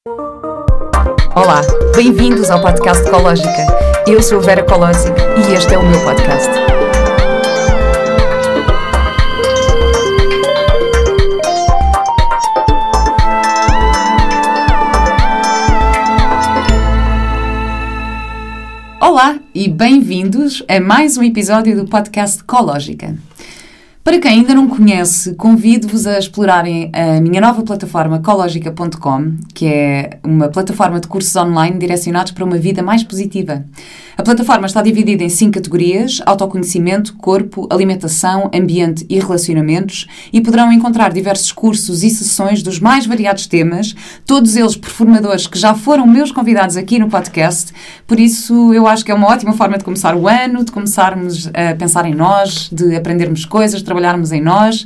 Olá, bem-vindos ao podcast Ecológica. Eu sou a Vera Colosic e este é o meu podcast. Olá e bem-vindos a mais um episódio do podcast Ecológica. Para quem ainda não conhece, convido-vos a explorarem a minha nova plataforma Ecologica.com, que é uma plataforma de cursos online direcionados para uma vida mais positiva. A plataforma está dividida em 5 categorias: autoconhecimento, corpo, alimentação, ambiente e relacionamentos, e poderão encontrar diversos cursos e sessões dos mais variados temas, todos eles por formadores que já foram meus convidados aqui no podcast. Por isso, eu acho que é uma ótima forma de começar o ano, de começarmos a pensar em nós, de aprendermos coisas, trabalharmos em nós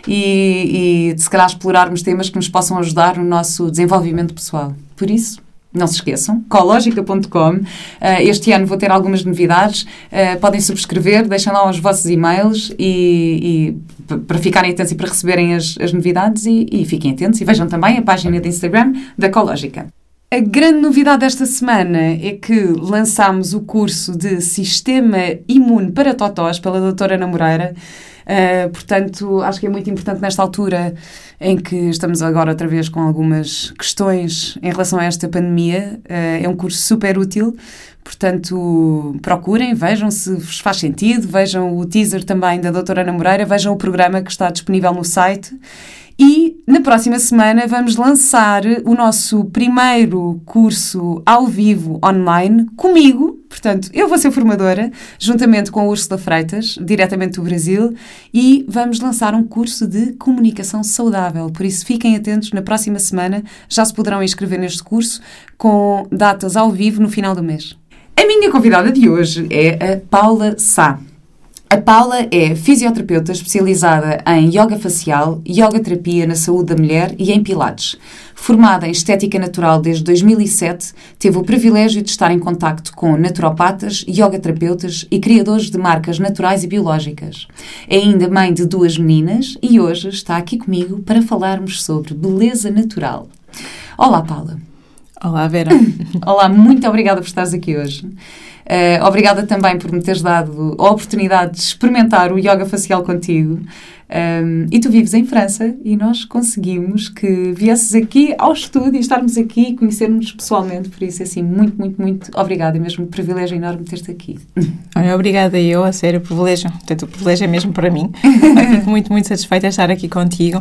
e de se calhar explorarmos temas que nos possam ajudar no nosso desenvolvimento pessoal. Por isso, não se esqueçam, Ecologica.com. Este ano vou ter algumas novidades. Podem subscrever, deixem lá os vossos e-mails e para ficarem atentos e para receberem as novidades e fiquem atentos. E vejam também a página de Instagram da Ecologica. A grande novidade desta semana é que lançámos o curso de Sistema Imune para Totós pela doutora Ana Moreira. Portanto, acho que é muito importante nesta altura em que estamos agora outra vez com algumas questões em relação a esta pandemia. É um curso super útil, portanto, procurem, vejam se vos faz sentido, vejam o teaser também da doutora Ana Moreira, vejam o programa que está disponível no site. E na próxima semana vamos lançar o nosso primeiro curso ao vivo online comigo. Portanto, eu vou ser formadora, juntamente com a Úrsula Freitas, diretamente do Brasil, e vamos lançar um curso de comunicação saudável. Por isso, fiquem atentos, na próxima semana já se poderão inscrever neste curso com datas ao vivo no final do mês. A minha convidada de hoje é a Paula Sá. A Paula é fisioterapeuta especializada em yoga facial, yoga terapia na saúde da mulher e em pilates. Formada em estética natural desde 2007, teve o privilégio de estar em contacto com naturopatas, yoga terapeutas e criadores de marcas naturais e biológicas. É ainda mãe de 2 meninas e hoje está aqui comigo para falarmos sobre beleza natural. Olá, Paula. Olá, Vera. Olá, muito obrigada por estares aqui hoje. Obrigada também por me teres dado a oportunidade de experimentar o yoga facial contigo. E tu vives em França e nós conseguimos que viesses aqui ao estúdio e estarmos aqui e conhecermos pessoalmente. Por isso, assim, muito, muito, muito obrigada. É mesmo um privilégio enorme ter-te aqui. Olha, obrigada eu, a sério, o privilégio. Portanto, o privilégio é mesmo para mim. Fico muito, muito satisfeita de estar aqui contigo.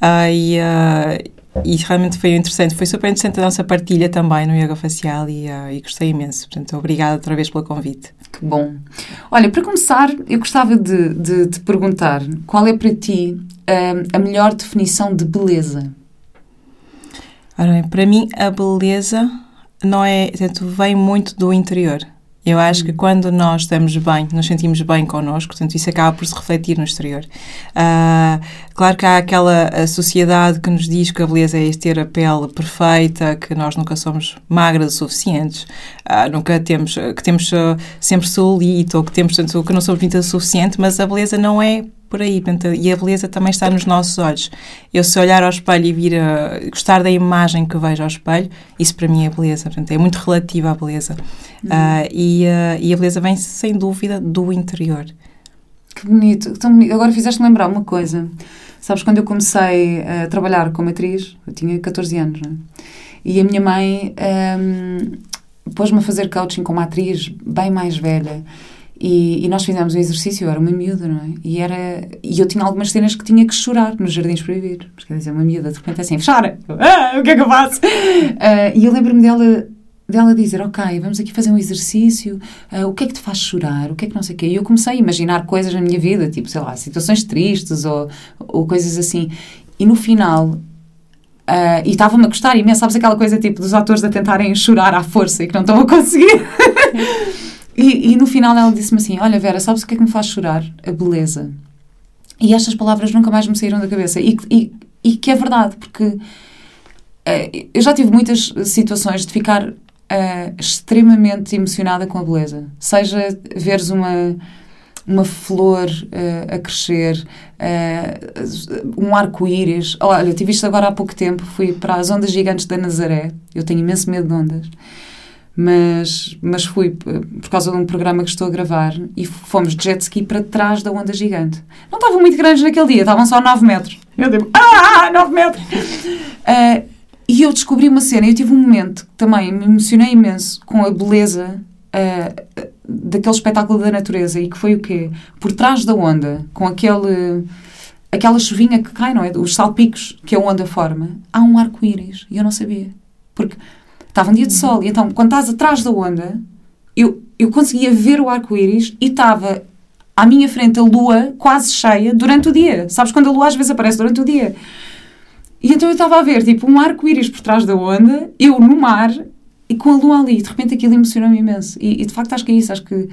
E realmente foi interessante, foi super interessante a nossa partilha também no yoga facial e gostei imenso. Portanto, obrigada outra vez pelo convite. Que bom. Olha, para começar, eu gostava de te perguntar qual é para ti a melhor definição de beleza? Ora bem, para mim a beleza não é, portanto, vem muito do interior. Eu acho que quando nós estamos bem, nos sentimos bem connosco, portanto, isso acaba por se refletir no exterior. Claro que há aquela sociedade que nos diz que a beleza é ter a pele perfeita, que nós nunca somos magras o suficientes, nunca temos, que temos sempre celulite, ou que temos, portanto, que não somos bonitas o suficiente, mas a beleza não é por aí, portanto, e a beleza também está nos nossos olhos. Eu, se olhar ao espelho e vir gostar da imagem que vejo ao espelho, isso para mim é beleza, portanto, é muito relativa à beleza. E a beleza vem, sem dúvida, do interior. Que bonito, tão bonito. Agora fizeste-me lembrar uma coisa. Sabes, quando eu comecei a trabalhar como atriz, eu tinha 14 anos, não é? E a minha mãe pôs-me a fazer coaching com uma atriz bem mais velha. E nós fizemos um exercício, eu era uma miúda, não é? E eu tinha algumas cenas que tinha que chorar nos Jardins Proibidos. Porque quer dizer, uma miúda, de repente, assim, chora! O que é que eu faço? E eu lembro-me dela dizer, ok, vamos aqui fazer um exercício, o que é que te faz chorar? O que é que não sei o quê? E eu comecei a imaginar coisas na minha vida, tipo, sei lá, situações tristes ou coisas assim. E no final... e estava-me a gostar imenso, sabes aquela coisa, tipo, dos atores a tentarem chorar à força e que não estão a conseguir? E no final ela disse-me assim, olha Vera, sabes o que é que me faz chorar? A beleza. E estas palavras nunca mais me saíram da cabeça. E que é verdade, porque eu já tive muitas situações de ficar extremamente emocionada com a beleza. Seja veres uma flor a crescer, um arco-íris. Olha, tive isto agora há pouco tempo, fui para as ondas gigantes da Nazaré. Eu tenho imenso medo de ondas. Mas fui por causa de um programa que estou a gravar e fomos de jet ski para trás da onda gigante. Não estavam muito grandes naquele dia, estavam só 9 metros. Eu digo, 9 metros! E eu descobri uma cena, eu tive um momento que também me emocionei imenso com a beleza daquele espetáculo da natureza, e que foi o quê? Por trás da onda, com aquela chuvinha que cai, não é? Os salpicos que a onda forma, há um arco-íris, e eu não sabia. Porque estava um dia de sol, e então, quando estás atrás da onda, eu conseguia ver o arco-íris e estava à minha frente a lua quase cheia durante o dia. Sabes quando a lua às vezes aparece durante o dia? E então eu estava a ver, tipo, um arco-íris por trás da onda, eu no mar, e com a lua ali. De repente aquilo emocionou-me imenso. E de facto acho que é isso. Acho que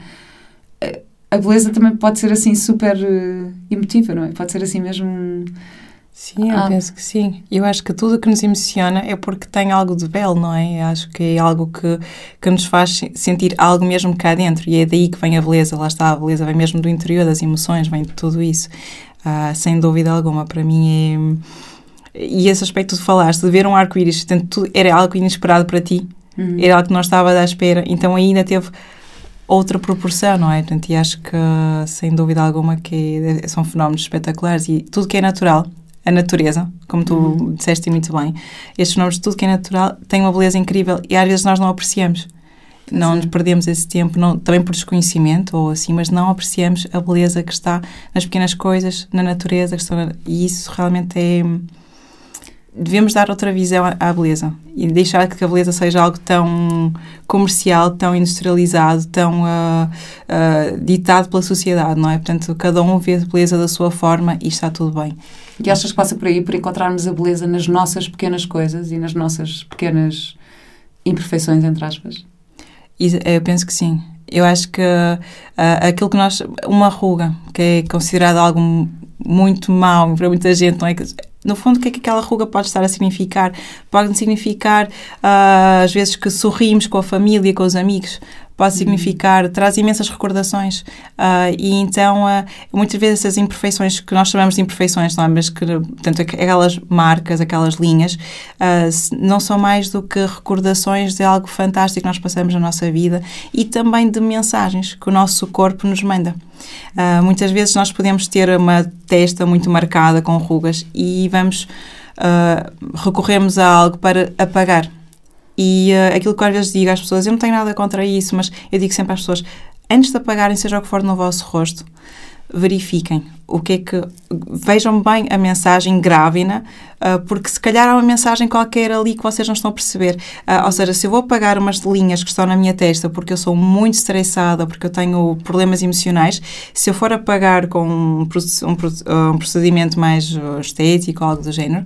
a beleza também pode ser assim super emotiva, não é? Pode ser assim mesmo... Sim, eu penso que sim. Eu acho que tudo o que nos emociona é porque tem algo de belo, não é? Eu acho que é algo que nos faz sentir algo mesmo cá dentro, e é daí que vem a beleza. Lá está, a beleza vem mesmo do interior, das emoções, vem de tudo isso. Sem dúvida alguma, para mim é... E esse aspecto que tu falaste, de ver um arco-íris, era algo inesperado para ti, era algo que não estava à espera, então ainda teve outra proporção, não é? Portanto, e acho que, sem dúvida alguma, que são fenómenos espetaculares, e tudo que é natural, a natureza, como tu disseste muito bem, estes fenómenos, tudo que é natural tem uma beleza incrível, e às vezes nós não apreciamos. Não nos perdemos esse tempo, também por desconhecimento ou assim, mas não apreciamos a beleza que está nas pequenas coisas, na natureza, e isso realmente é... Devemos dar outra visão à beleza e deixar que a beleza seja algo tão comercial, tão industrializado, tão ditado pela sociedade, não é? Portanto, cada um vê a beleza da sua forma e está tudo bem. E achas que passa por aí, por encontrarmos a beleza nas nossas pequenas coisas e nas nossas pequenas imperfeições, entre aspas? Eu penso que sim. Eu acho que aquilo que uma ruga, que é considerado algo muito mau para muita gente, não é? No fundo, o que é que aquela ruga pode estar a significar? Pode significar, às vezes, que sorrimos com a família, com os amigos. Pode significar, traz imensas recordações. E então, muitas vezes, essas imperfeições, que nós chamamos de imperfeições, não é? Mas que, portanto, aquelas marcas, aquelas linhas, não são mais do que recordações de algo fantástico que nós passamos na nossa vida, e também de mensagens que o nosso corpo nos manda. Muitas vezes nós podemos ter uma testa muito marcada com rugas e recorremos a algo para apagar. E aquilo que eu às vezes digo às pessoas, eu não tenho nada contra isso, mas eu digo sempre às pessoas, antes de apagarem, seja o que for no vosso rosto, verifiquem vejam bem a mensagem, gravem-na, porque se calhar há uma mensagem qualquer ali que vocês não estão a perceber. Ou seja, se eu vou apagar umas linhas que estão na minha testa porque eu sou muito estressada, porque eu tenho problemas emocionais, se eu for apagar com um procedimento mais estético ou algo do género,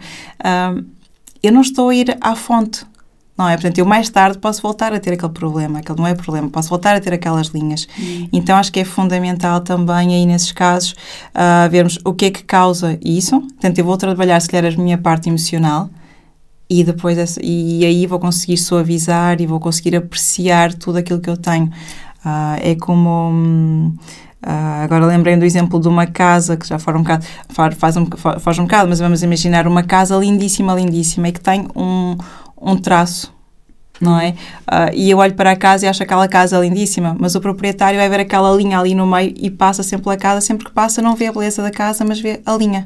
eu não estou a ir à fonte. Não é? Portanto, eu mais tarde posso voltar a ter aquele problema, aquele não é problema, posso voltar a ter aquelas linhas. Então, acho que é fundamental também aí nesses casos vermos o que é que causa isso. Portanto, eu vou trabalhar, se calhar, a minha parte emocional e depois e aí vou conseguir suavizar e vou conseguir apreciar tudo aquilo que eu tenho. É como... agora lembrei do exemplo de uma casa que já fora um bocado, faz um bocado, mas vamos imaginar uma casa lindíssima, lindíssima, e que tem um traço, não é? E eu olho para a casa e acho aquela casa lindíssima, mas o proprietário vai ver aquela linha ali no meio e passa sempre pela casa, sempre que passa não vê a beleza da casa, mas vê a linha.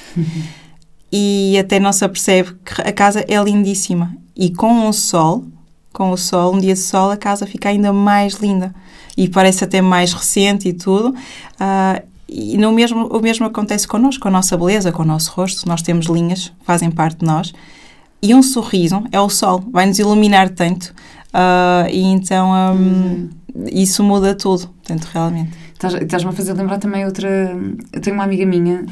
E até não se apercebe que a casa é lindíssima. E com o sol, um dia de sol, a casa fica ainda mais linda. E parece até mais recente e tudo. E o mesmo acontece connosco, com a nossa beleza, com o nosso rosto. Nós temos linhas, fazem parte de nós. E um sorriso é o sol, vai-nos iluminar tanto. E então isso muda tudo, portanto, realmente. Estás-me a fazer lembrar também outra... Eu tenho uma amiga minha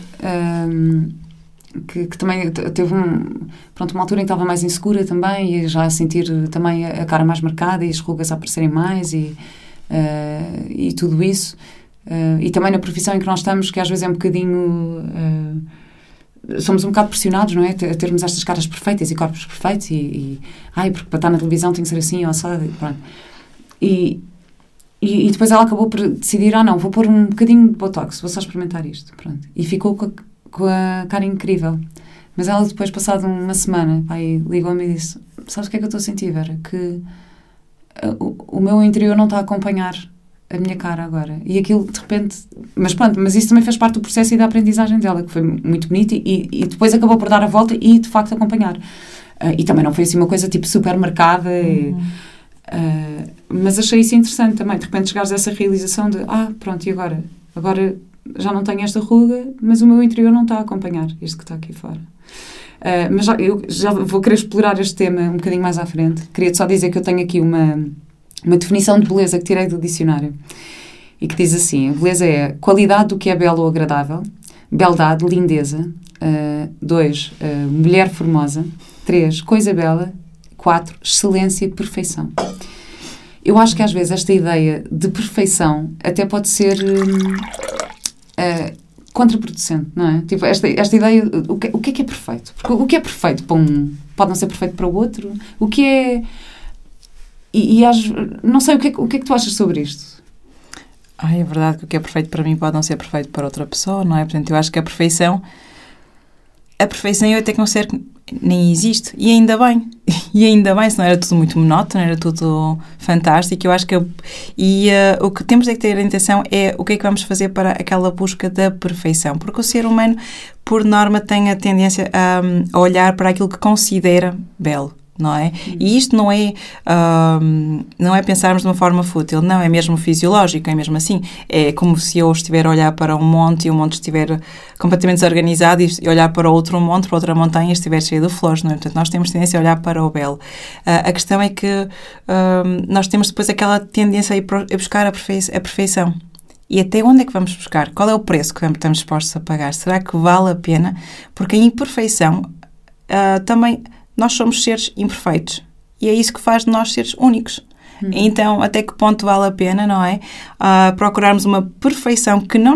que também teve uma altura em que estava mais insegura também, e já a sentir também a cara mais marcada e as rugas a aparecerem mais e tudo isso. E também na profissão em que nós estamos, que às vezes é um bocadinho... somos um bocado pressionados, não é? A termos estas caras perfeitas e corpos perfeitos porque para estar na televisão tem que ser assim ou assado, pronto. E E depois ela acabou por decidir, não, vou pôr um bocadinho de Botox, vou só experimentar isto. Pronto. E ficou com a cara incrível. Mas ela depois, passado uma semana, ligou-me e disse, sabes o que é que eu estou a sentir, Vera? Que o meu interior não está a acompanhar a minha cara agora. E aquilo, de repente... Mas isso também fez parte do processo e da aprendizagem dela, que foi muito bonito e depois acabou por dar a volta e, de facto, acompanhar. E também não foi assim uma coisa, tipo, super marcada. Mas achei isso interessante também. De repente chegares a essa realização de, pronto, e agora? Agora já não tenho esta ruga, mas o meu interior não está a acompanhar isto que está aqui fora. Mas eu já vou querer explorar este tema um bocadinho mais à frente. Queria-te só dizer que eu tenho aqui uma definição de beleza que tirei do dicionário e que diz assim: a beleza é qualidade do que é belo ou agradável, beldade, lindeza. 2, mulher formosa. 3, coisa bela. 4, excelência, perfeição. Eu acho que às vezes esta ideia de perfeição até pode ser contraproducente, não é? Tipo, esta ideia, o que é perfeito? Porque o que é perfeito para um pode não ser perfeito para o outro. O que é... não sei, o que é que tu achas sobre isto? É verdade que o que é perfeito para mim pode não ser perfeito para outra pessoa, não é? Portanto, eu acho que a perfeição eu até considero que nem existe. E ainda bem. E ainda bem, senão era tudo muito monótono, era tudo fantástico. Eu acho que... o que temos é que ter a intenção é o que é que vamos fazer para aquela busca da perfeição. Porque o ser humano, por norma, tem a tendência a olhar para aquilo que considera belo. Não é? E isto não é pensarmos de uma forma fútil, não, é mesmo fisiológico, é mesmo assim. É como se eu estiver a olhar para um monte e o monte estiver completamente desorganizado e olhar para outro monte, para outra montanha e estiver cheio de flores, não é? Portanto, nós temos tendência a olhar para o belo. A questão é que nós temos depois aquela tendência a buscar a perfeição. E até onde é que vamos buscar? Qual é o preço que estamos dispostos a pagar? Será que vale a pena? Porque a imperfeição também... Nós somos seres imperfeitos e é isso que faz de nós seres únicos. Então, até que ponto vale a pena, não é? Procurarmos uma perfeição que não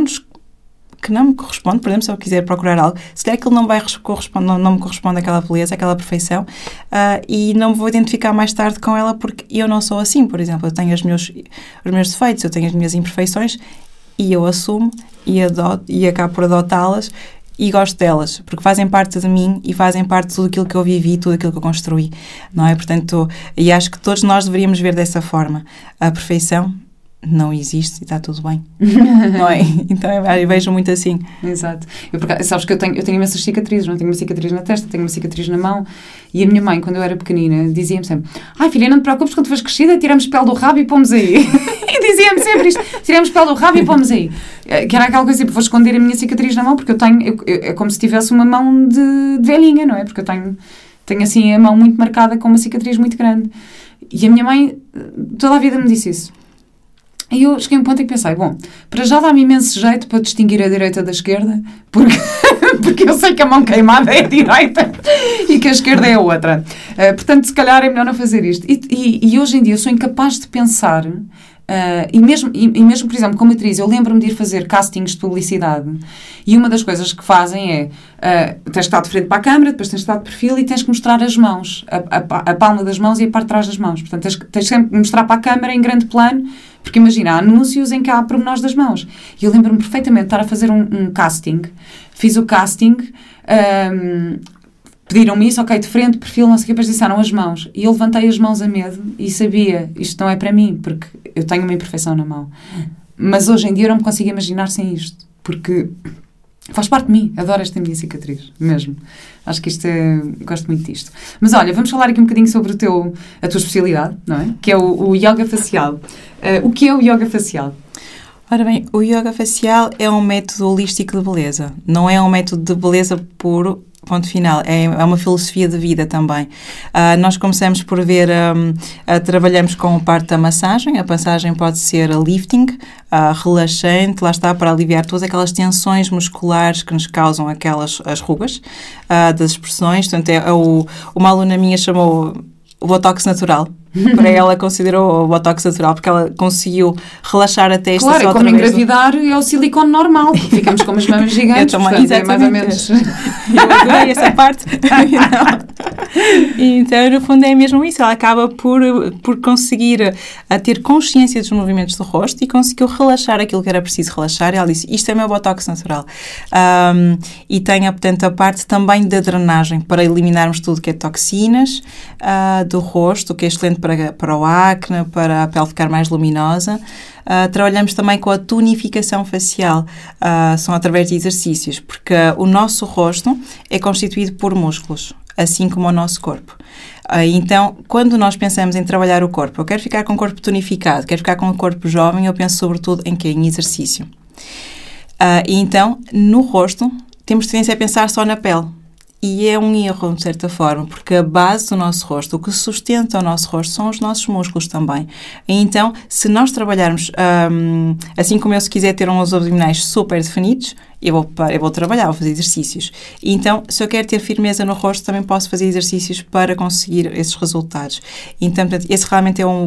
me corresponde. Por exemplo, se eu quiser procurar algo, se calhar aquilo não me corresponde àquela beleza, àquela perfeição, e não me vou identificar mais tarde com ela porque eu não sou assim. Por exemplo, eu tenho os meus defeitos, eu tenho as minhas imperfeições e eu assumo e adoto e acabo por adotá-las. E gosto delas, porque fazem parte de mim e fazem parte de tudo aquilo que eu vivi, tudo aquilo que eu construí, não é? Portanto, e acho que todos nós deveríamos ver dessa forma. A perfeição não existe e está tudo bem, não é? Então eu vejo muito assim. Exato. Sabes que eu tenho imensas cicatrizes, não tenho uma cicatriz na testa, tenho uma cicatriz na mão, e a minha mãe, quando eu era pequenina, dizia-me sempre: filha, não te preocupes, quando tu fores crescida, tiramos pele do rabo e pomos aí. E dizia-me sempre isto: tiramos pele do rabo e pomos aí. Que era aquela coisa, tipo, vou esconder a minha cicatriz na mão, porque é como se tivesse uma mão de velhinha, não é? Porque eu tenho assim a mão muito marcada com uma cicatriz muito grande. E a minha mãe toda a vida me disse isso. E eu cheguei a um ponto em que pensei, para já dá-me imenso jeito para distinguir a direita da esquerda, porque eu sei que a mão queimada é a direita e que a esquerda é a outra. Portanto, se calhar é melhor não fazer isto. E hoje em dia eu sou incapaz de pensar, e mesmo, por exemplo, como atriz, eu lembro-me de ir fazer castings de publicidade e uma das coisas que fazem é, tens que estar de frente para a câmara, depois tens que estar de perfil e tens que mostrar as mãos, a palma das mãos e a parte de trás das mãos. Portanto, tens sempre que mostrar para a câmara em grande plano. Porque imagina, há anúncios em que há pormenores das mãos. E eu lembro-me perfeitamente de estar a fazer um casting. Fiz o casting, pediram-me isso, ok, de frente, perfil, não sei o que, depois disseram as mãos. E eu levantei as mãos a medo e sabia, isto não é para mim, porque eu tenho uma imperfeição na mão. Mas hoje em dia eu não me consigo imaginar sem isto. Porque faz parte de mim, adoro esta minha cicatriz, mesmo. Acho que gosto muito disto. Mas olha, vamos falar aqui um bocadinho sobre a tua especialidade, não é? Que é o yoga facial. O que é o yoga facial? Ora bem, o yoga facial é um método holístico de beleza. Não é um método de beleza puro, ponto final. É uma filosofia de vida também. Nós começamos por ver, trabalhamos com a parte da massagem. A massagem pode ser lifting, relaxante, lá está, para aliviar todas aquelas tensões musculares que nos causam as rugas das expressões. Portanto, uma aluna minha chamou o Botox natural. Para ela considerou o Botox natural, porque ela conseguiu relaxar a testa. Claro, é como engravidar é o silicone normal, porque ficamos com umas mamas gigantes. Eu também, portanto, é mais ou menos... Eu adorei essa parte. Então, no fundo, é mesmo isso. Ela acaba por conseguir ter consciência dos movimentos do rosto e conseguiu relaxar aquilo que era preciso relaxar. E ela disse, isto é o meu botox natural. E tem, portanto, a parte também da drenagem, para eliminarmos tudo que é toxinas do rosto, que é excelente para o acne, para a pele ficar mais luminosa. Trabalhamos também com a tonificação facial, são através de exercícios, porque o nosso rosto é constituído por músculos, assim como o nosso corpo. Então, quando nós pensamos em trabalhar o corpo, eu quero ficar com o corpo tonificado, quero ficar com o corpo jovem, eu penso sobretudo em quê? Em exercício. E então, no rosto, temos tendência a pensar só na pele. E é um erro, de certa forma, porque a base do nosso rosto, o que sustenta o nosso rosto, são os nossos músculos também. E então, se nós trabalharmos, assim como eu, se quiser ter uns abdominais super definidos, eu vou trabalhar, vou fazer exercícios. E então, se eu quero ter firmeza no rosto, também posso fazer exercícios para conseguir esses resultados. Então, portanto, esse realmente é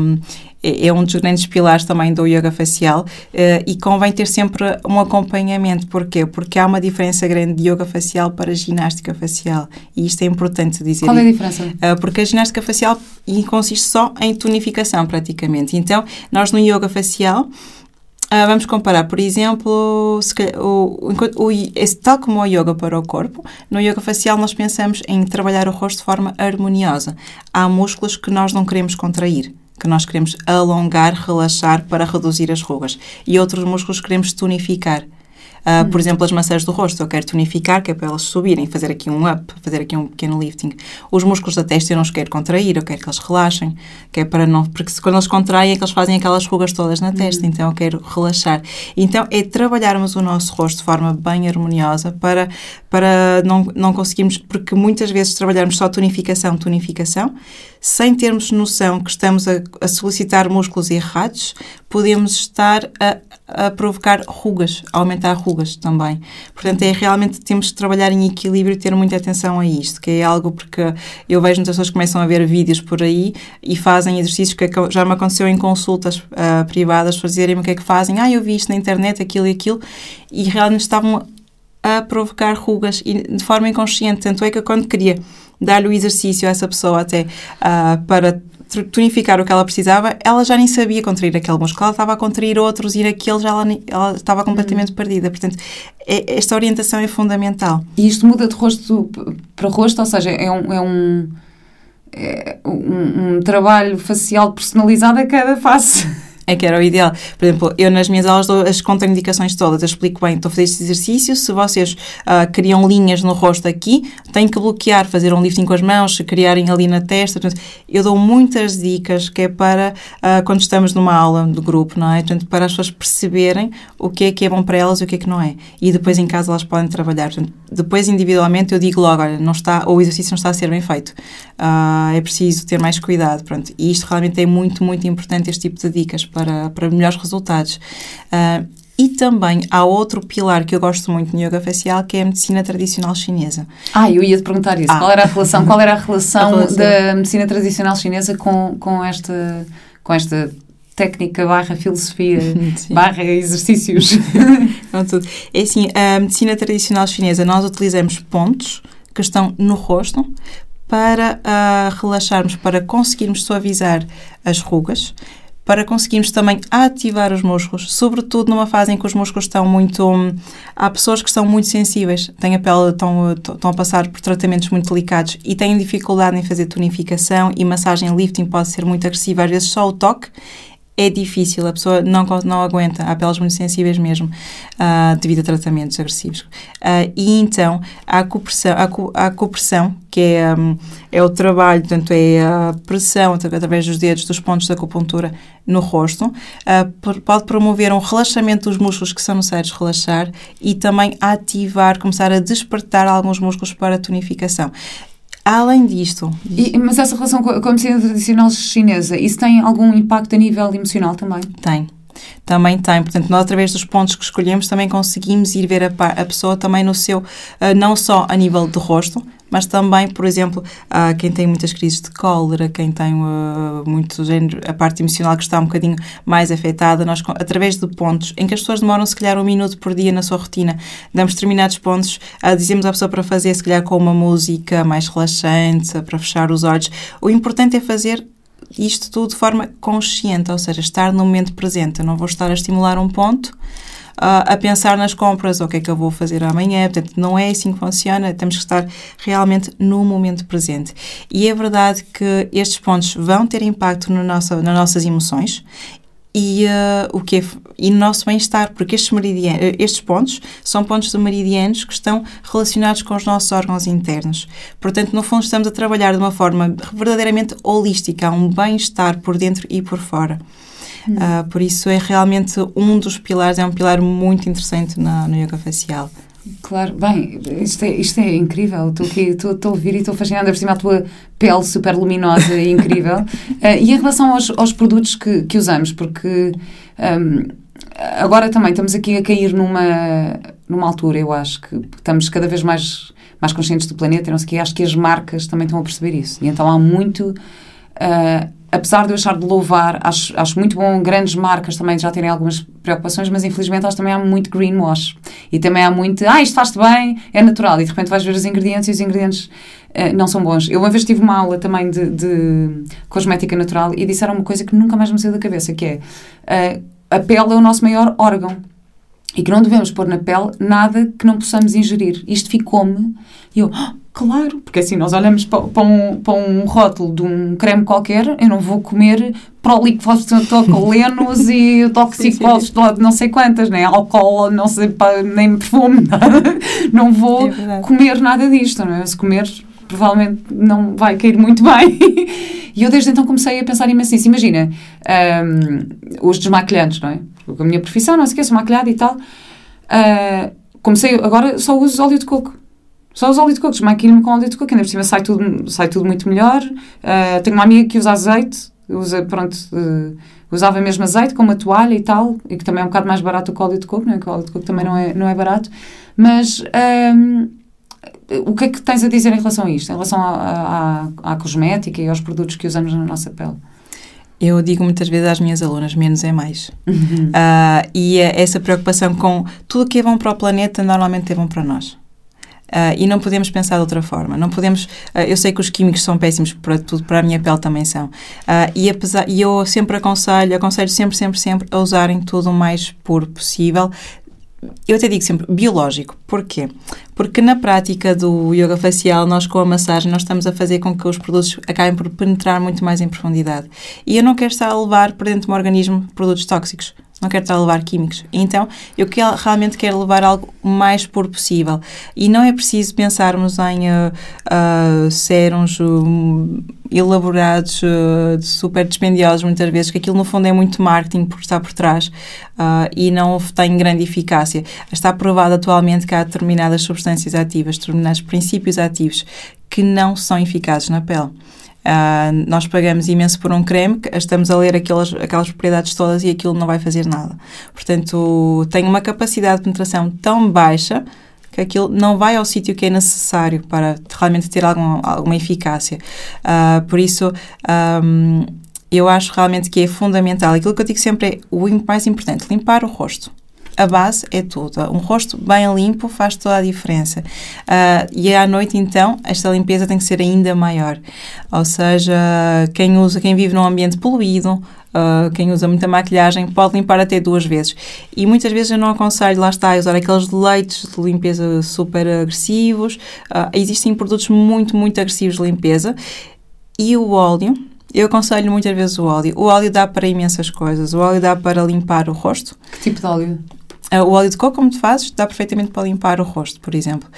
um dos grandes pilares também do yoga facial, e convém ter sempre um acompanhamento. Porquê? Porque há uma diferença grande de yoga facial para ginástica facial, e isto é importante dizer. Qual é a diferença? Porque a ginástica facial consiste só em tonificação, praticamente. Então, nós no yoga facial, vamos comparar, por exemplo, tal como o yoga para o corpo, no yoga facial nós pensamos em trabalhar o rosto de forma harmoniosa. Há músculos que nós não queremos contrair, que nós queremos alongar, relaxar para reduzir as rugas. E outros músculos queremos tonificar. Por exemplo, as maçãs do rosto, eu quero tonificar, que é para elas subirem, fazer aqui um up, fazer aqui um pequeno lifting. Os músculos da testa eu não os quero contrair, eu quero que eles relaxem, que é para não, porque quando eles contraem é que eles fazem aquelas rugas todas na testa, então eu quero relaxar. Então é trabalharmos o nosso rosto de forma bem harmoniosa para não conseguirmos, porque muitas vezes trabalharmos só tonificação, sem termos noção que estamos a solicitar músculos errados, podemos estar a provocar rugas, a aumentar rugas também. Portanto, realmente temos que trabalhar em equilíbrio e ter muita atenção a isto, que é algo, porque eu vejo muitas pessoas que começam a ver vídeos por aí e fazem exercícios que já me aconteceu em consultas privadas, fazerem-me o que é que fazem, eu vi isto na internet, aquilo e aquilo, e realmente estavam a provocar rugas e de forma inconsciente. Tanto é que eu, quando queria dar-lhe o exercício a essa pessoa até para tonificar o que ela precisava, ela já nem sabia contrair aquele músculo, ela estava a contrair outros e aquele ela estava completamente perdida. Portanto, esta orientação é fundamental. E isto muda de rosto para rosto, ou seja, é um trabalho facial personalizado a cada face. É que era o ideal. Por exemplo, eu nas minhas aulas dou as contraindicações todas. Eu explico bem, estou a fazer este exercício, se vocês criam linhas no rosto aqui, têm que bloquear, fazer um lifting com as mãos, se criarem ali na testa. Portanto, eu dou muitas dicas que é para, quando estamos numa aula de grupo, não é? Portanto, para as pessoas perceberem o que é bom para elas e o que é que não é. E depois em casa elas podem trabalhar. Portanto, depois individualmente eu digo logo, olha, o exercício não está a ser bem feito. É preciso ter mais cuidado. Pronto. E isto realmente é muito, muito importante, este tipo de dicas para melhores resultados. E também há outro pilar que eu gosto muito no yoga facial, que é a medicina tradicional chinesa. Eu ia-te perguntar isso. Qual era a relação da medicina tradicional chinesa com esta técnica / filosofia / exercícios? Não, tudo. É assim, a medicina tradicional chinesa, nós utilizamos pontos que estão no rosto para relaxarmos, para conseguirmos suavizar as rugas, para conseguirmos também ativar os músculos, sobretudo numa fase em que os músculos estão muito... Há pessoas que estão muito sensíveis, têm a pele, estão a passar por tratamentos muito delicados e têm dificuldade em fazer tonificação, e massagem lifting pode ser muito agressiva, às vezes só o toque é difícil, a pessoa não aguenta, há peles muito sensíveis mesmo, devido a tratamentos agressivos. E então, a acupressão, que é o trabalho, portanto, é a pressão através dos dedos, dos pontos de acupuntura no rosto, pode promover um relaxamento dos músculos que são necessários relaxar e também começar a despertar alguns músculos para a tonificação. Além disto... Mas essa relação com a medicina tradicional chinesa, isso tem algum impacto a nível emocional também? Também tem. Portanto, nós, através dos pontos que escolhemos, também conseguimos ir ver a pessoa também no seu... não só a nível de rosto, mas também, por exemplo, quem tem muitas crises de cólera, quem tem muito género, a parte emocional que está um bocadinho mais afetada, nós, através de pontos em que as pessoas demoram, se calhar, 1 minuto por dia na sua rotina, damos determinados pontos, dizemos à pessoa para fazer, se calhar, com uma música mais relaxante, para fechar os olhos. O importante é fazer isto tudo de forma consciente, ou seja, estar no momento presente. Eu não vou estar a estimular um ponto, a pensar nas compras, o que é que eu vou fazer amanhã. Portanto, não é assim que funciona, temos que estar realmente no momento presente. E é verdade que estes pontos vão ter impacto nas nossas emoções e no nosso bem-estar, porque estes pontos são pontos de meridianos que estão relacionados com os nossos órgãos internos. Portanto, no fundo, estamos a trabalhar de uma forma verdadeiramente holística, há um bem-estar por dentro e por fora. Por isso é realmente um dos pilares, é um pilar muito interessante no yoga facial. Claro, bem, isto é incrível. Estou a ouvir e estou fascinada por cima da tua pele super luminosa e incrível. E em relação aos produtos que usamos, porque agora também estamos aqui a cair numa altura, eu acho que estamos cada vez mais conscientes do planeta e não sei o quê, acho que as marcas também estão a perceber isso. E então há muito... apesar de eu achar de louvar, acho muito bom grandes marcas também já terem algumas preocupações, mas infelizmente acho que também há muito greenwash. E também há muito, isto faz-te bem, é natural. E de repente vais ver os ingredientes e os ingredientes não são bons. Eu uma vez tive uma aula também de cosmética natural e disseram uma coisa que nunca mais me saiu da cabeça, que é a pele é o nosso maior órgão. E que não devemos pôr na pele nada que não possamos ingerir. Isto ficou-me... E eu... Claro, porque assim, nós olhamos para um rótulo de um creme qualquer, eu não vou comer prolicfosfatocolenos e toxicose de não sei quantas, nem álcool, não sei, nem perfume, nada. Não vou comer nada disto, não é? Se comer, provavelmente não vai cair muito bem. E eu desde então comecei a pensar imenso nisso. Imagina, os desmaquilhantes, não é? Porque a minha profissão, não sei o que, sou maquilhada e tal. Agora só uso óleo de coco. Só uso óleo de coco, desmaquilho-me com óleo de coco, ainda por cima sai tudo muito melhor. Tenho uma amiga que usa azeite, usava mesmo azeite com uma toalha e tal, e que também é um bocado mais barato do que o óleo de coco, não é? Que o óleo de coco também não é barato. Mas o que é que tens a dizer em relação a isto? Em relação à cosmética e aos produtos que usamos na nossa pele? Eu digo muitas vezes às minhas alunas, menos é mais. E essa preocupação com tudo o que é bom para o planeta, normalmente é bom para nós. E não podemos pensar de outra forma. Não podemos... eu sei que os químicos são péssimos para tudo, para a minha pele também são. E eu sempre aconselho sempre a usarem tudo o mais puro possível. Eu até digo sempre biológico. Porquê? Porque na prática do yoga facial, nós com a massagem, nós estamos a fazer com que os produtos acabem por penetrar muito mais em profundidade. E eu não quero estar a levar para dentro do meu organismo produtos tóxicos. Não quero estar a levar químicos. Então, eu realmente quero levar algo o mais puro possível. E não é preciso pensarmos em sérums elaborados, super dispendiosos muitas vezes, que aquilo no fundo é muito marketing porque está por trás e não tem grande eficácia. Está provado atualmente que há determinadas substâncias ativas, determinados princípios ativos que não são eficazes na pele. Nós pagamos imenso por um creme, estamos a ler aquelas propriedades todas e aquilo não vai fazer nada. Portanto, tem uma capacidade de penetração tão baixa que aquilo não vai ao sítio que é necessário para realmente ter alguma eficácia. Por isso, eu acho realmente que é fundamental. Aquilo que eu digo sempre é o mais importante, limpar o rosto. A base é tudo. Um rosto bem limpo faz toda a diferença. E à noite, então, esta limpeza tem que ser ainda maior. Ou seja, quem vive num ambiente poluído, quem usa muita maquilhagem, pode limpar até 2 vezes. E muitas vezes eu não aconselho, lá está, a usar aqueles leites de limpeza super agressivos. Existem produtos muito, muito agressivos de limpeza. E o óleo... Eu aconselho muitas vezes o óleo. O óleo dá para imensas coisas. O óleo dá para limpar o rosto. Que tipo de óleo? O óleo de coco, como tu fazes, dá perfeitamente para limpar o rosto, por exemplo.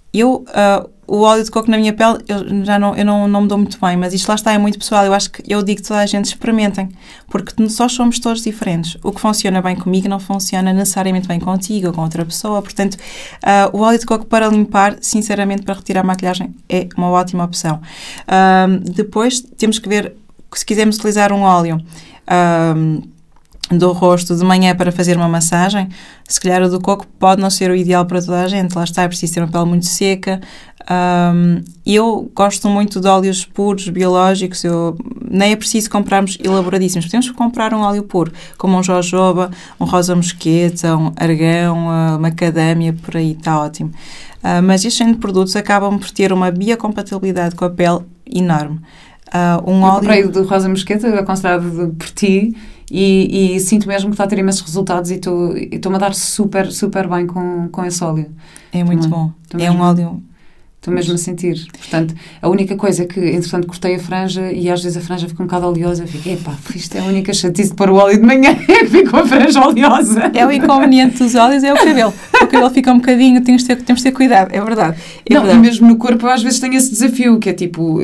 O óleo de coco na minha pele, eu não me dou muito bem, mas isto lá está, é muito pessoal. Eu acho que eu digo que toda a gente experimentem, porque só somos todos diferentes. O que funciona bem comigo não funciona necessariamente bem contigo ou com outra pessoa. Portanto, o óleo de coco para limpar, sinceramente, para retirar a maquilhagem, é uma ótima opção. Depois, temos que ver, se quisermos utilizar um óleo do rosto de manhã para fazer uma massagem, se calhar o do coco pode não ser o ideal para toda a gente. Lá está, é preciso ter uma pele muito seca. Eu gosto muito de óleos puros, biológicos. Nem é preciso comprarmos elaboradíssimos. Podemos comprar um óleo puro, como um jojoba, um rosa mosqueta, um argão, macadâmia, por aí está ótimo. Mas estes género de produtos acabam por ter uma biocompatibilidade com a pele enorme. Eu comprei o do rosa mosqueta, aconselhado por ti, e sinto mesmo que está a ter imensos resultados e estou-me a dar super, super bem com esse óleo. É muito bom. É um óleo... Estou mesmo a sentir. Portanto, a única coisa é que, entretanto, cortei a franja e às vezes a franja fica um bocado oleosa. Eu fico, epá, isto é a única chatice de pôr o óleo de manhã, é que fica a franja oleosa. É o inconveniente dos óleos, é o cabelo. O cabelo fica um bocadinho, temos de ter cuidado, é verdade. Não, mesmo no corpo eu às vezes tenho esse desafio, que é tipo,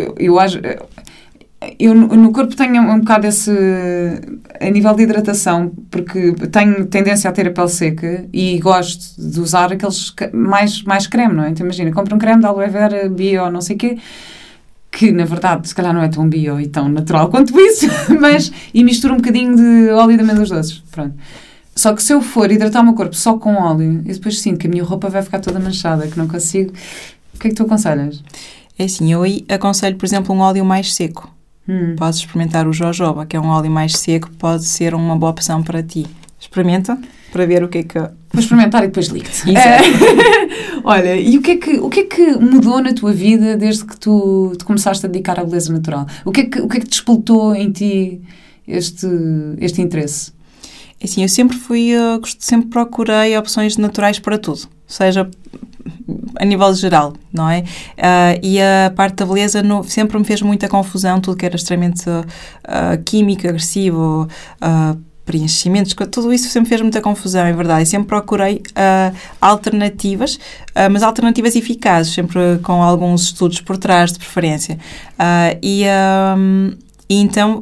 eu no corpo tenho um bocado esse, a nível de hidratação, porque tenho tendência a ter a pele seca e gosto de usar aqueles mais creme, não é? Então imagina, compro um creme de aloe vera, bio, não sei o quê, que na verdade se calhar não é tão bio e tão natural quanto isso, e misturo um bocadinho de óleo de amêndoas doces, pronto. Só que se eu for hidratar o meu corpo só com óleo, eu depois sinto que a minha roupa vai ficar toda manchada, que não consigo. O que é que tu aconselhas? É assim, eu aconselho, por exemplo, um óleo mais seco. Podes experimentar o jojoba, que é um óleo mais seco, pode ser uma boa opção para ti. Experimenta, para ver o que é que... Vou experimentar e depois ligo-te. Olha, e o que é que mudou na tua vida desde que tu te começaste a dedicar à beleza natural? O que é que despoltou em ti este interesse? Assim, eu sempre sempre procurei opções naturais para tudo, seja a nível geral, não é? E a parte da beleza sempre me fez muita confusão, tudo que era extremamente químico, agressivo, preenchimentos, tudo isso sempre fez muita confusão, é verdade. E sempre procurei alternativas, mas alternativas eficazes, sempre com alguns estudos por trás, de preferência. E então,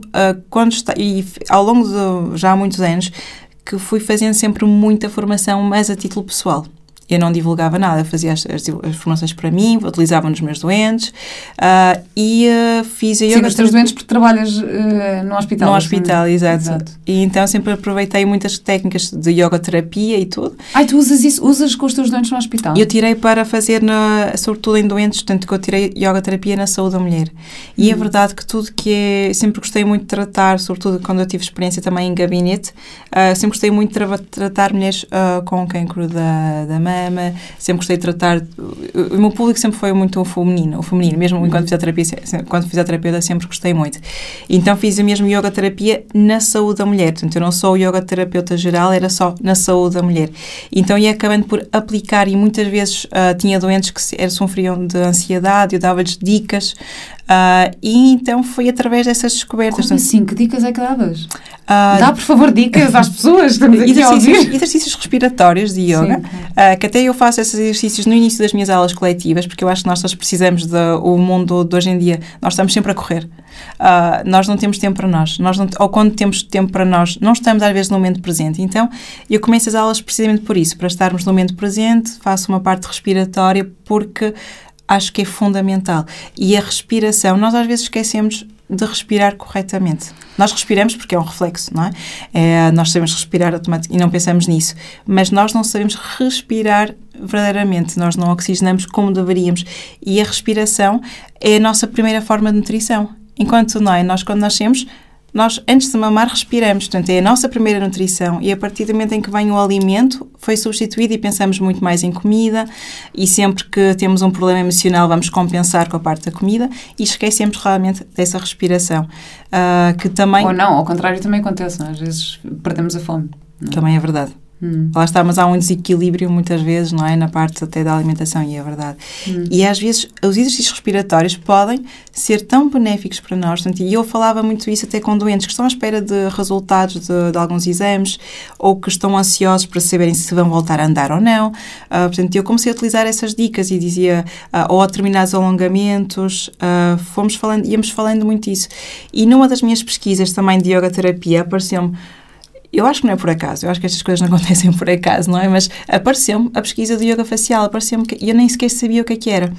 ao longo de já há muitos anos, que fui fazendo sempre muita formação, mas a título pessoal. Eu não divulgava nada, fazia as formações para mim, utilizava nos meus doentes e fiz a yoga... Sim, os teus doentes porque trabalhas no hospital. No hospital, exato. E então sempre aproveitei muitas técnicas de yoga terapia e tudo. Tu usas isso? Usas com os teus doentes no hospital? Eu tirei para fazer, sobretudo em doentes, tanto que eu tirei yoga terapia na saúde da mulher. E é verdade que tudo que é... Sempre gostei muito de tratar, sobretudo quando eu tive experiência também em gabinete, sempre gostei muito de tratar mulheres com cancro da mama. Sempre gostei de tratar... O meu público sempre foi muito o feminino, mesmo enquanto fisioterapeuta sempre gostei muito. Então fiz a mesma yoga terapia na saúde da mulher. Portanto, eu não sou yoga terapeuta geral, era só na saúde da mulher. Então ia acabando por aplicar, e muitas vezes tinha doentes que sofriam de ansiedade, eu dava-lhes dicas, e então foi através dessas descobertas. Como assim? Que dicas é que davas? Dá, por favor, dicas às pessoas. Estamos aqui a ouvir. Exercícios respiratórios de yoga, que até eu faço esses exercícios no início das minhas aulas coletivas, porque eu acho que nós todos precisamos o mundo de hoje em dia, nós estamos sempre a correr. Nós não temos tempo para nós. Ou quando temos tempo para nós, não estamos às vezes no momento presente. Então, eu começo as aulas precisamente por isso, para estarmos no momento presente, faço uma parte respiratória, porque acho que é fundamental. E a respiração, nós às vezes esquecemos de respirar corretamente. Nós respiramos porque é um reflexo, não é? Nós sabemos respirar automaticamente e não pensamos nisso, mas nós não sabemos respirar verdadeiramente, nós não oxigenamos como deveríamos, e a respiração é a nossa primeira forma de nutrição. Enquanto nós quando nascemos, nós antes de mamar respiramos, portanto é a nossa primeira nutrição, e a partir do momento em que vem o alimento, foi substituído e pensamos muito mais em comida, e sempre que temos um problema emocional vamos compensar com a parte da comida e esquecemos realmente dessa respiração, que também... Ou não, ao contrário também acontece, não é? Às vezes perdemos a fome. Não? Também é verdade. Lá está, mas há um desequilíbrio muitas vezes, não é? Na parte até da alimentação, e é verdade. E às vezes os exercícios respiratórios podem ser tão benéficos para nós, portanto, e eu falava muito isso até com doentes que estão à espera de resultados de alguns exames, ou que estão ansiosos para saberem se vão voltar a andar ou não. Portanto, eu comecei a utilizar essas dicas e dizia, ou a determinados alongamentos, íamos falando muito disso. E numa das minhas pesquisas também de yoga terapia apareceu-me, eu acho que não é por acaso, eu acho que estas coisas não acontecem por acaso, não é? Mas apareceu-me a pesquisa do yoga facial, apareceu-me que eu nem sequer sabia o que é que era.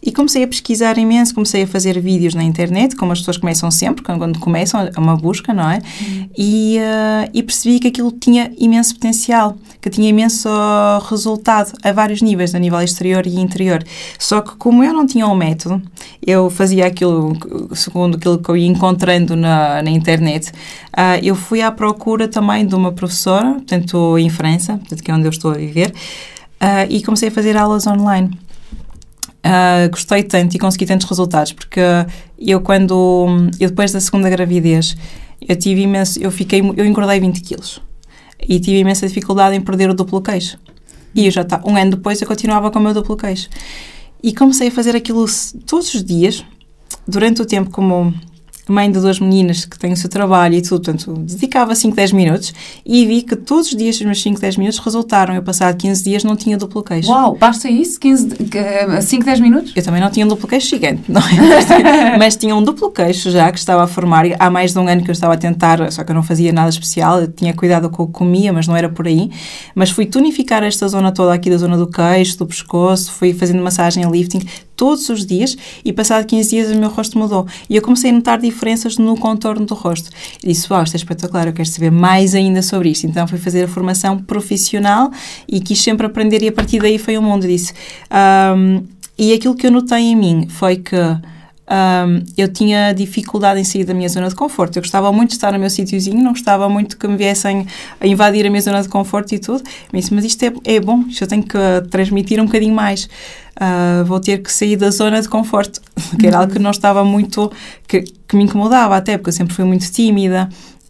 E comecei a pesquisar imenso, comecei a fazer vídeos na internet, como as pessoas começam sempre, quando começam, é uma busca, não é? E percebi que aquilo tinha imenso potencial, que tinha imenso resultado a vários níveis, a nível exterior e interior. Só que como eu não tinha um método, eu fazia aquilo segundo aquilo que eu ia encontrando na internet, eu fui à procura também de uma professora, portanto, em França, portanto, que é onde eu estou a viver, e comecei a fazer aulas online. Gostei tanto e consegui tantos resultados, porque eu depois da segunda gravidez, eu engordei 20 quilos e tive imensa dificuldade em perder o duplo queixo. E eu um ano depois eu continuava com o meu duplo queixo. E comecei a fazer aquilo todos os dias, durante o tempo, como mãe de 2 meninas que têm o seu trabalho e tudo, portanto, dedicava 5, 10 minutos e vi que todos os dias os meus 5, 10 minutos resultaram. Eu, passado 15 dias, não tinha duplo queixo. Uau, basta isso? 5, 10 minutos? Eu também não tinha um duplo queixo gigante, não é? Mas tinha um duplo queixo já, que estava a formar. Há mais de um ano que eu estava a tentar, só que eu não fazia nada especial, eu tinha cuidado com o que comia, mas não era por aí. Mas fui tonificar esta zona toda aqui da zona do queixo, do pescoço, fui fazendo massagem, lifting, todos os dias, e passado 15 dias o meu rosto mudou. E eu comecei a notar diferenças no contorno do rosto. E disse, isto é espetacular, eu quero saber mais ainda sobre isto. Então fui fazer a formação profissional e quis sempre aprender, e a partir daí foi o mundo. Disse. E aquilo que eu notei em mim foi que eu tinha dificuldade em sair da minha zona de conforto. Eu gostava muito de estar no meu sítiozinho, não gostava muito que me viessem a invadir a minha zona de conforto e tudo. Eu disse, mas isto é bom, isto eu tenho que transmitir um bocadinho mais. Vou ter que sair da zona de conforto, que era algo que não estava muito, que me incomodava até, porque eu sempre fui muito tímida.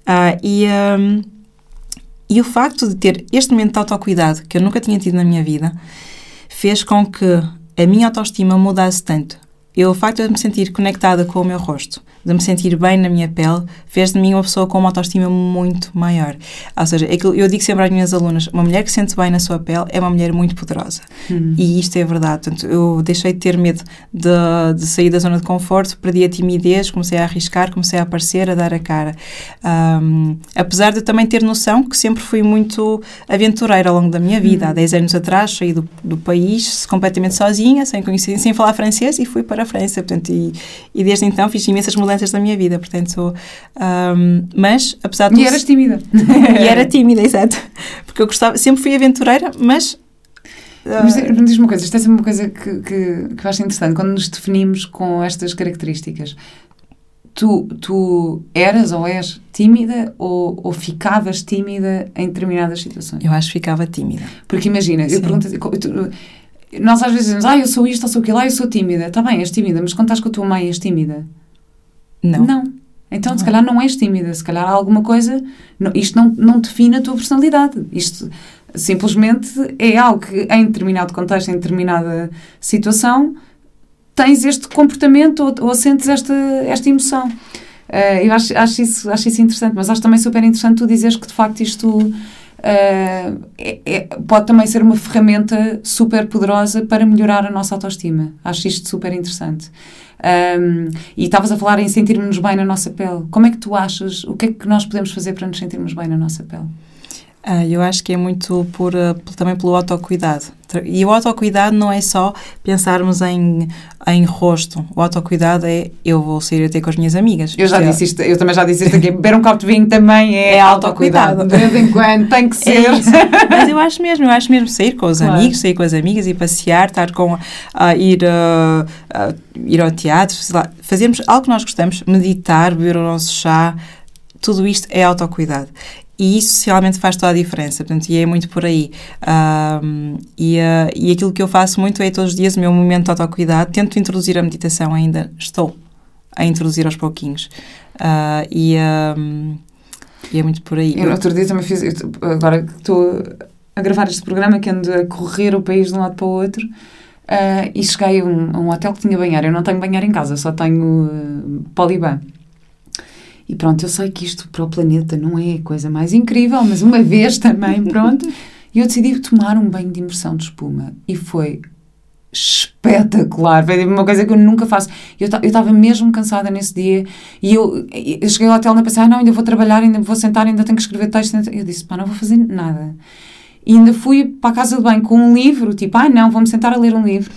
E o facto de ter este momento de autocuidado, que eu nunca tinha tido na minha vida, fez com que a minha autoestima mudasse tanto. O facto de me sentir conectada com o meu rosto, de me sentir bem na minha pele, fez de mim uma pessoa com uma autoestima muito maior. Ou seja, eu digo sempre às minhas alunas, uma mulher que se sente bem na sua pele é uma mulher muito poderosa. E isto é verdade. Portanto, eu deixei de ter medo de sair da zona de conforto, perdi a timidez, comecei a arriscar, comecei a aparecer, a dar a cara. Apesar de eu também ter noção que sempre fui muito aventureira ao longo da minha vida. Há 10 anos atrás, saí do país completamente sozinha, sem conhecer, sem falar francês, e fui para a França, portanto, e desde então fiz imensas mudanças na minha vida, portanto, mas, apesar de... E eras tímida. E era tímida, exato, porque eu sempre fui aventureira, mas... Mas diz-me uma coisa, isto é sempre uma coisa que eu acho interessante, quando nos definimos com estas características. Tu eras ou és tímida ou ficavas tímida em determinadas situações? Eu acho que ficava tímida. Porque imagina, eu pergunto... Nós às vezes dizemos, eu sou isto, eu sou aquilo, eu sou tímida. Está bem, és tímida, mas quando estás com a tua mãe, és tímida? Não. Então, se calhar não és tímida, se calhar há alguma coisa... isto não define a tua personalidade. Isto simplesmente é algo que, em determinado contexto, em determinada situação, tens este comportamento ou sentes esta emoção. Eu acho isso interessante, mas acho também super interessante tu dizeres que, de facto, isto... pode também ser uma ferramenta super poderosa para melhorar a nossa autoestima. Acho isto super interessante. E estavas a falar em sentirmos bem na nossa pele. Como é que tu achas? O que é que nós podemos fazer para nos sentirmos bem na nossa pele? Eu acho que é muito também pelo autocuidado. E o autocuidado não é só pensarmos em rosto. O autocuidado é, eu vou sair até com as minhas amigas. Eu também já disse isto aqui. Beber um copo de vinho também é autocuidado. De vez em quando tem que ser. Mas eu acho mesmo sair com os amigos, sair com as amigas e passear, ir ao teatro, sei lá, fazermos algo que nós gostamos, meditar, beber o nosso chá. Tudo isto é autocuidado. E isso realmente faz toda a diferença, portanto, e é muito por aí. E aquilo que eu faço muito é todos os dias o meu momento de autocuidado. Tento introduzir a meditação, ainda estou a introduzir aos pouquinhos. E é muito por aí. Eu no outro dia também fiz, agora que estou a gravar este programa, que ando a correr o país de um lado para o outro, e cheguei a um hotel que tinha banheiro. Eu não tenho banheiro em casa, só tenho Poliban. E pronto, eu sei que isto para o planeta não é a coisa mais incrível, mas uma vez também, pronto. E eu decidi tomar um banho de imersão de espuma. E foi espetacular. Foi uma coisa que eu nunca faço. Eu estava mesmo cansada nesse dia. E eu cheguei ao hotel e pensei, ainda vou trabalhar, ainda vou sentar, ainda tenho que escrever texto. Eu disse, não vou fazer nada. E ainda fui para a casa de banho com um livro, vou-me sentar a ler um livro.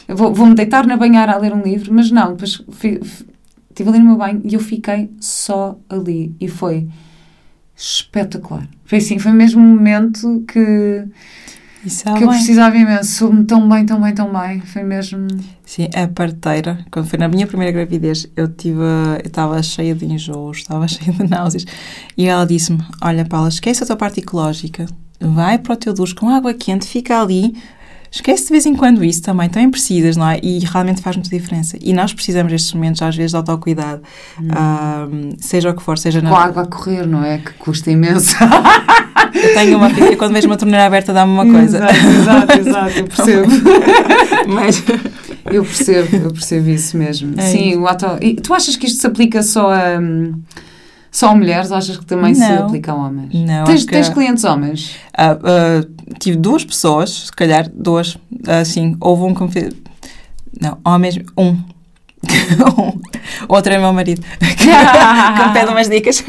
vou-me deitar na banheira a ler um livro, mas não, depois estive ali no meu banho e eu fiquei só ali. E foi espetacular. Foi assim, foi mesmo um momento que eu precisava imenso. Soube-me tão bem. Foi mesmo... Sim, a parteira, quando foi na minha primeira gravidez, eu estava cheia de enjoos, estava cheia de náuseas. E ela disse-me, olha Paula, esquece a tua parte ecológica. Vai para o teu duche com água quente, fica ali. Esquece de vez em quando isso também precisas, não é? E realmente faz muita diferença. E nós precisamos destes momentos, às vezes, de autocuidado. Seja o que for, seja... Com a água a correr, não é? Que custa imenso. Eu tenho uma filha, quando vejo uma torneira aberta dá-me uma coisa. Exato, eu percebo. Mas... Eu percebo isso mesmo. Sim, E tu achas que isto se aplica só a mulheres ou achas que também se aplica a homens? Não. Tens clientes homens? Tive 2 pessoas, se calhar 2, assim, houve um que me fez... Não, homens, um. Outro é meu marido que me pede umas dicas.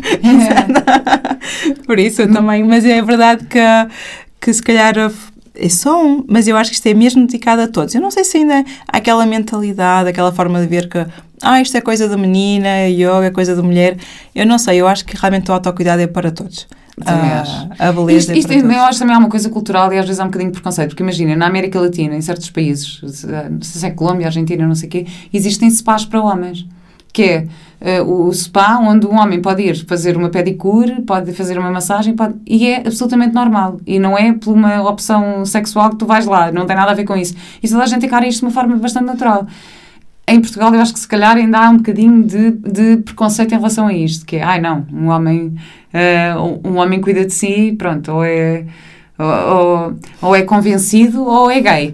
Por isso eu também, mas é verdade que se calhar é só um, mas eu acho que isto é mesmo dedicado a todos. Eu não sei se ainda há aquela mentalidade, aquela forma de ver que isto é coisa da menina, yoga é coisa da mulher. Eu não sei, eu acho que realmente o autocuidado é para todos. A beleza isto é para todos. Eu acho também há uma coisa cultural e às vezes há um bocadinho de preconceito, porque imagina, na América Latina, em certos países, não sei se é Colômbia, Argentina, não sei o quê, existem spas para homens, que é o spa onde um homem pode ir fazer uma pedicure, pode fazer uma massagem, e é absolutamente normal. E não é por uma opção sexual que tu vais lá, não tem nada a ver com isso. E toda a gente encara isto de uma forma bastante natural. Em Portugal, eu acho que se calhar ainda há um bocadinho de preconceito em relação a isto, que é, não, um homem cuida de si, pronto, ou é convencido ou é gay.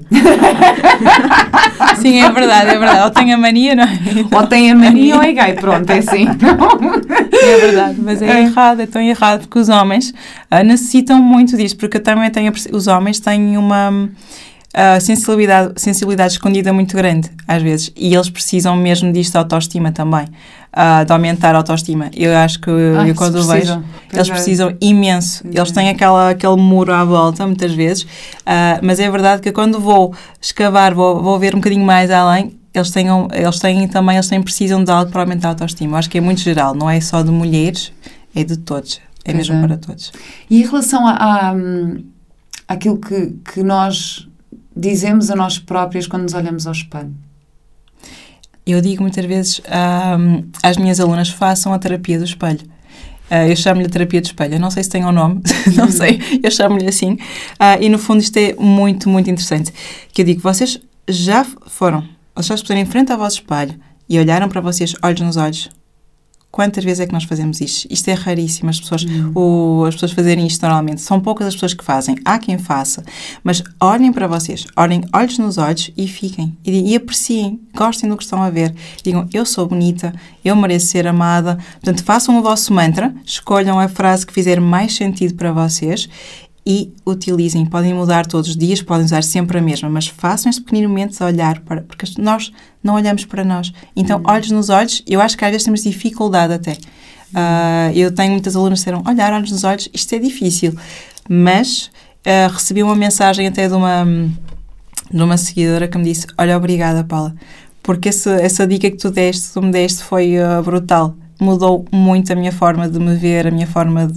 Sim, é verdade. Ou tem a mania, não é? Ou tem a mania ou é gay, pronto, é assim. É verdade, mas é tão errado, porque os homens necessitam muito disto, porque eu também os homens têm uma... sensibilidade escondida muito grande, às vezes, e eles precisam mesmo disto de autoestima também, de aumentar a autoestima. Eu acho que eu quando vejo, eles precisam imenso, eles têm aquele muro à volta, muitas vezes, mas é verdade que quando vou escavar, vou ver um bocadinho mais além, eles precisam de algo para aumentar a autoestima. Eu acho que é muito geral, não é só de mulheres, é de todos, é mesmo para todos. E em relação àquilo que nós dizemos a nós próprias quando nos olhamos ao espelho? Eu digo muitas vezes às minhas alunas, façam a terapia do espelho. Eu chamo-lhe terapia do espelho. Eu não sei se tem um nome, não sei, eu chamo-lhe assim. E no fundo isto é muito, muito interessante. Que eu digo, vocês já se puseram em frente ao vosso espelho e olharam para vocês olhos nos olhos. Quantas vezes é que nós fazemos isto? Isto é raríssimo, as pessoas fazerem isto normalmente. São poucas as pessoas que fazem. Há quem faça. Mas olhem para vocês, olhem olhos nos olhos e fiquem. E apreciem, gostem do que estão a ver. Digam, eu sou bonita, eu mereço ser amada. Portanto, façam o vosso mantra, escolham a frase que fizer mais sentido para vocês e utilizem. Podem mudar todos os dias, podem usar sempre a mesma, mas façam este pequenino momento de olhar porque nós não olhamos para nós. Então, olhos nos olhos, eu acho que às vezes temos dificuldade até. Eu tenho muitas alunas que disseram, olhos nos olhos, isto é difícil, mas recebi uma mensagem até de uma seguidora que me disse, olha, obrigada Paula, porque essa dica que tu me deste foi brutal. Mudou muito a minha forma de me ver, a minha forma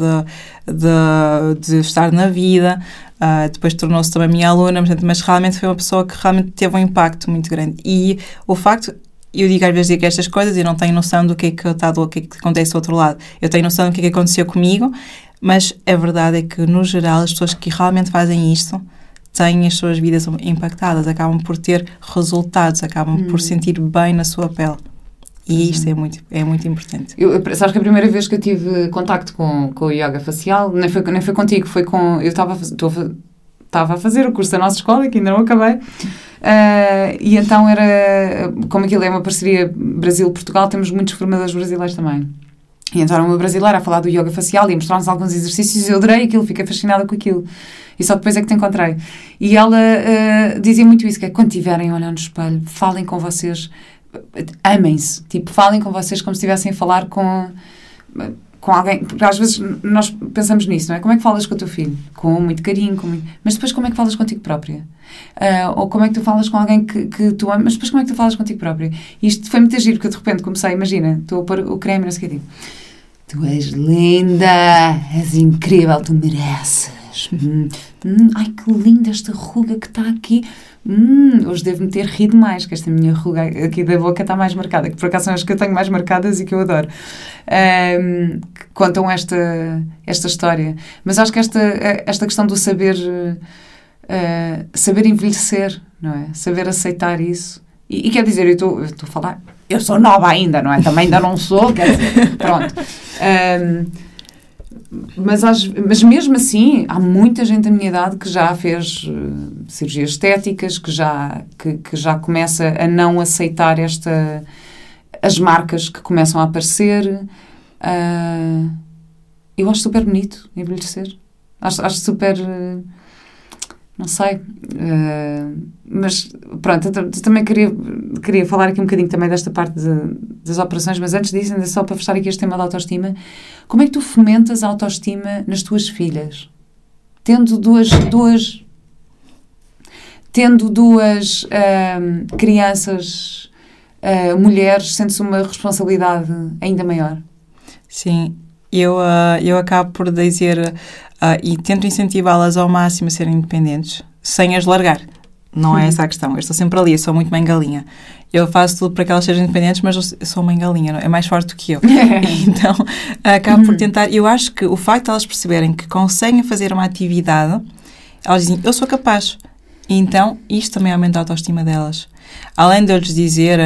de estar na vida. Depois tornou-se também minha aluna, mas realmente foi uma pessoa que realmente teve um impacto muito grande. E o facto, eu digo às vezes estas coisas e não tenho noção do que é que acontece do outro lado. Eu tenho noção do que é que aconteceu comigo, mas a verdade é que, no geral, as pessoas que realmente fazem isto têm as suas vidas impactadas, acabam por ter resultados, acabam por sentir bem na sua pele. E isto é muito importante. Sabes que a primeira vez que eu tive contacto com o yoga facial, nem foi contigo, foi com... Eu estava a fazer o curso da nossa escola, que ainda não acabei, e então era... Como aquilo é uma parceria Brasil-Portugal, temos muitos formadores brasileiros também. E então era uma brasileira a falar do yoga facial e a mostrar-nos alguns exercícios e eu adorei aquilo, fiquei fascinada com aquilo. E só depois é que te encontrei. E ela dizia muito isso, que é quando tiverem a olhar no espelho, falem com vocês... Amem-se, falem com vocês como se estivessem a falar com com alguém, porque às vezes nós pensamos nisso, não é? Como é que falas com o teu filho? Com muito carinho, mas depois como é que falas contigo própria? Ou como é que tu falas com alguém que tu amas, mas depois como é que tu falas contigo própria? E isto foi muito giro, porque eu de repente comecei, imagina, estou a pôr o creme, não sei o que, digo, tu és linda, és incrível, tu mereces. Ai, que linda esta ruga que está aqui. Hoje devo-me ter rido mais, que esta minha ruga aqui da boca está mais marcada, que por acaso são as que eu tenho mais marcadas e que eu adoro, que contam esta história. Mas acho que esta questão do saber envelhecer, não é? Saber aceitar isso. E quer dizer, eu estou a falar, eu sou nova ainda, não é? Também ainda não sou, quer dizer, pronto. Mas mesmo assim, há muita gente da minha idade que já fez cirurgias estéticas, que já começa a não aceitar as marcas que começam a aparecer. Eu acho super bonito envelhecer. Acho super... não sei. Mas, pronto, eu também queria falar aqui um bocadinho também desta parte das operações, mas antes disso, ainda só para fechar aqui este tema da autoestima, como é que tu fomentas a autoestima nas tuas filhas? Tendo duas crianças, mulheres, sentes uma responsabilidade ainda maior? Sim, eu acabo por dizer e tento incentivá-las ao máximo a serem independentes, sem as largar. Não é essa a questão. Eu estou sempre ali, eu sou muito mãe galinha. Eu faço tudo para que elas sejam independentes, mas eu sou mãe galinha, é mais forte do que eu. Então, acabo por tentar... Eu acho que o facto de elas perceberem que conseguem fazer uma atividade, elas dizem, eu sou capaz. E então, isto também aumenta a autoestima delas. Além de eu lhes dizer...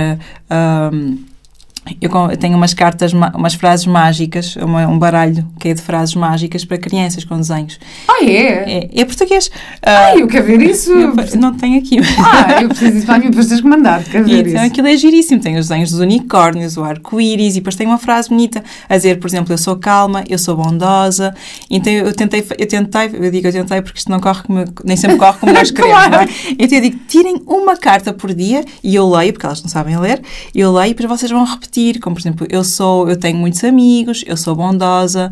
eu tenho umas cartas, umas frases mágicas, um baralho que é de frases mágicas para crianças com desenhos. Ah, é? É português. Eu quero ver isso. Não tenho aqui. Eu preciso disso para mim, depois tens que mandar. Quero ver então, isso. Aquilo é giríssimo. Tem os desenhos dos unicórnios, o arco-íris, e depois tem uma frase bonita a dizer, por exemplo, eu sou calma, eu sou bondosa. Então, eu tentei porque isto não corre nem sempre corre como nós queremos, claro. Não é? Então, eu digo, tirem uma carta por dia, e eu leio, porque elas não sabem ler, eu leio, e depois vocês vão repetir. Como, por exemplo, eu tenho muitos amigos, eu sou bondosa,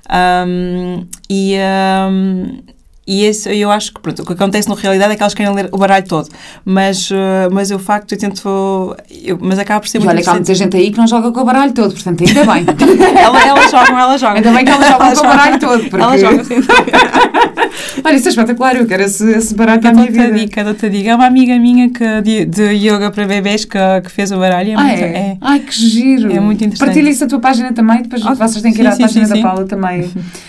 e isso, eu acho que, pronto, o que acontece na realidade é que elas querem ler o baralho todo, mas eu facto, eu tento, mas acaba por ser muito olha, que há muita gente aí que não joga com o baralho todo, portanto, ainda bem. Elas jogam. Ainda bem que elas jogam com o baralho todo, porque... Elas jogam, sim. Olha, isso é espetacular, eu quero esse baralho para a minha vida. Dou-te a dica. É uma amiga minha de yoga para bebês que fez o baralho. Ai, que giro. É muito interessante. Partilha isso a tua página também, depois vocês têm que ir à página da Paula também.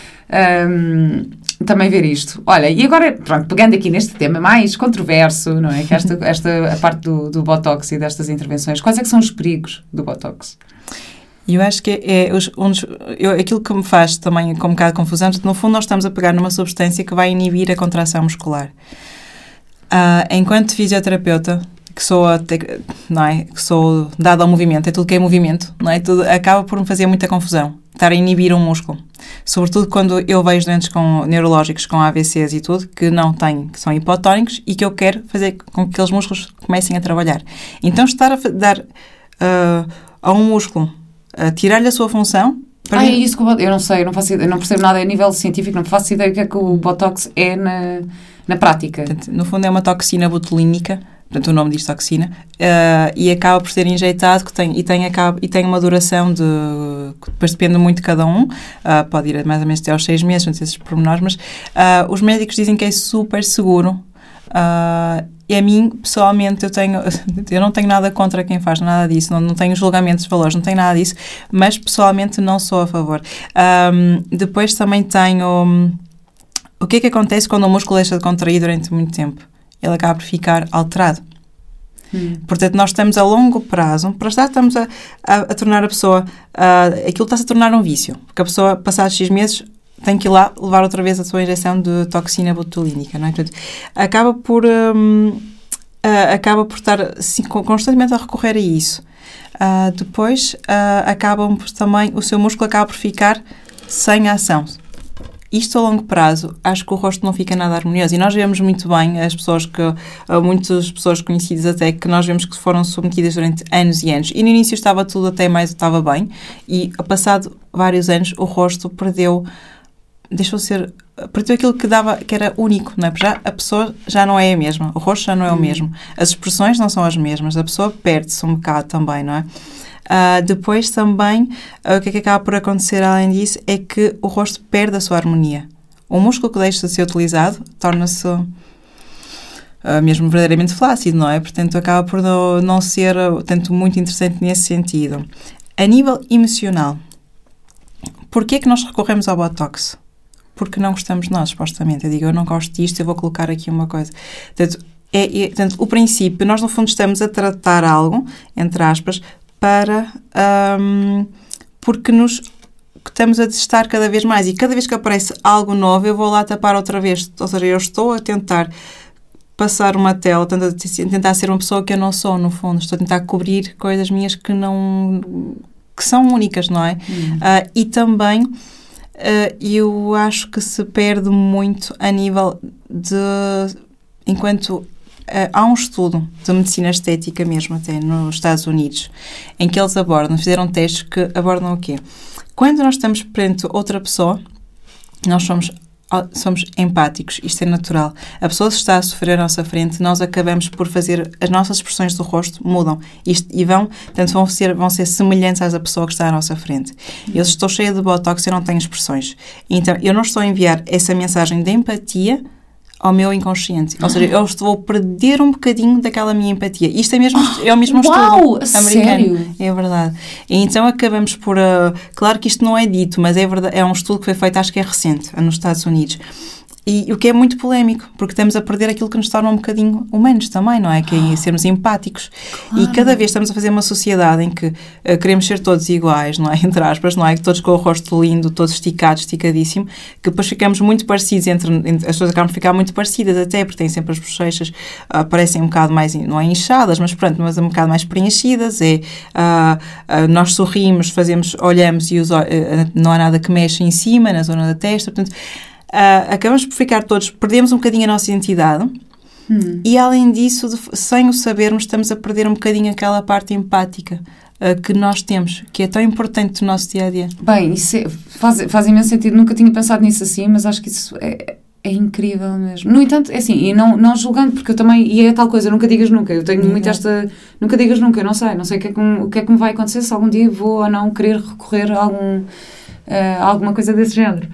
Também ver isto. Olha, e agora, pronto, pegando aqui neste tema mais controverso, não é? Que a parte do Botox e destas intervenções, quais é que são os perigos do Botox? Eu acho que aquilo que me faz também com um bocado de confusão, no fundo nós estamos a pegar numa substância que vai inibir a contração muscular. Enquanto fisioterapeuta, que sou dada ao movimento, é tudo que é movimento, não é? Tudo acaba por me fazer muita confusão, estar a inibir um músculo. Sobretudo quando eu vejo doentes neurológicos com AVCs e tudo, que são hipotónicos e que eu quero fazer com que aqueles músculos comecem a trabalhar. Então estar a dar a um músculo, a tirar-lhe a sua função... É isso que eu não sei, eu não percebo nada a nível científico, não faço ideia do que é que o Botox é na prática. Portanto, no fundo é uma toxina botulínica, portanto o nome diz toxina, e acaba por ser injetado e tem uma duração que depois depende muito de cada um, pode ir mais ou menos até aos 6 meses, não sei esses pormenores, mas os médicos dizem que é super seguro. E a mim, pessoalmente, eu não tenho nada contra quem faz nada disso, não tenho julgamentos de valores, não tenho nada disso, mas pessoalmente não sou a favor. Depois também tenho... O que é que acontece quando o músculo deixa de contrair durante muito tempo? Ele acaba por ficar alterado. Portanto, nós estamos a longo prazo, para já estamos a tornar a pessoa... aquilo está-se a tornar um vício, porque a pessoa, passados 6 meses... tem que ir lá levar outra vez a sua injeção de toxina botulínica, não é? Portanto, acaba por estar constantemente a recorrer a isso. Depois, o seu músculo acaba por ficar sem ação. isto a longo prazo, acho que o rosto não fica nada harmonioso. E nós vemos muito bem as pessoas muitas pessoas conhecidas até, que nós vemos que foram submetidas durante anos e anos. E no início estava tudo até mais, estava bem. E, passado vários anos, o rosto perdeu aquilo que era único, não é? Porque já a pessoa já não é a mesma, o rosto já não é o mesmo, as expressões não são as mesmas, a pessoa perde-se um bocado também, não é? Depois também, o que é que acaba por acontecer além disso é que o rosto perde a sua harmonia. O músculo que deixa de ser utilizado torna-se mesmo verdadeiramente flácido, não é? Portanto, acaba por não ser tanto muito interessante nesse sentido. A nível emocional, porquê é que nós recorremos ao Botox? Porque não gostamos de nós, supostamente. Eu digo, eu não gosto disto, eu vou colocar aqui uma coisa. Portanto, o princípio, nós no fundo estamos a tratar algo, entre aspas, porque estamos a testar cada vez mais. E cada vez que aparece algo novo, eu vou lá tapar outra vez. Ou seja, eu estou a tentar passar uma tela, tentar ser uma pessoa que eu não sou, no fundo. Estou a tentar cobrir coisas minhas que são únicas, não é? E também... eu acho que se perde muito a nível de... Enquanto há um estudo de medicina estética mesmo, até nos Estados Unidos, em que eles fizeram testes que abordam o quê? Quando nós estamos perante outra pessoa, nós somos empáticos, isto é natural. A pessoa que está a sofrer à nossa frente, nós acabamos por fazer, as nossas expressões do rosto mudam vão ser semelhantes às da pessoa que está à nossa frente. Eu estou cheia de Botox, eu não tenho expressões. Então, eu não estou a enviar essa mensagem de empatia ao meu inconsciente. Ou seja, eu estou a perder um bocadinho daquela minha empatia. Isto é o mesmo Uau, estudo americano. sério? É verdade. E então acabamos por... claro que isto não é dito, mas é verdade, é um estudo que foi feito, acho que é recente, nos Estados Unidos. E o que é muito polémico, porque estamos a perder aquilo que nos torna um bocadinho humanos também, não é? Que é sermos empáticos. Claro. E cada vez estamos a fazer uma sociedade em que queremos ser todos iguais, não é? Entre aspas, não é? Todos com o rosto lindo, todos esticados, esticadíssimo, que depois ficamos muito parecidos, as pessoas acabam por ficar muito parecidas até, porque têm sempre as bochechas, parecem um bocado mais, não é inchadas, mas pronto, mas um bocado mais preenchidas, nós sorrimos, olhamos e não há nada que mexe em cima, na zona da testa, portanto... acabamos por perdemos um bocadinho a nossa identidade e além disso, sem o sabermos, estamos a perder um bocadinho aquela parte empática que nós temos, que é tão importante no nosso dia-a-dia. Bem, isso faz imenso sentido, nunca tinha pensado nisso assim, mas acho que isso é incrível mesmo. No entanto, é assim, e não julgando, porque eu também, e é tal coisa, nunca digas nunca, eu tenho muito nunca digas nunca, eu não sei o que é que me vai acontecer, se algum dia vou ou não querer recorrer a alguma coisa desse género.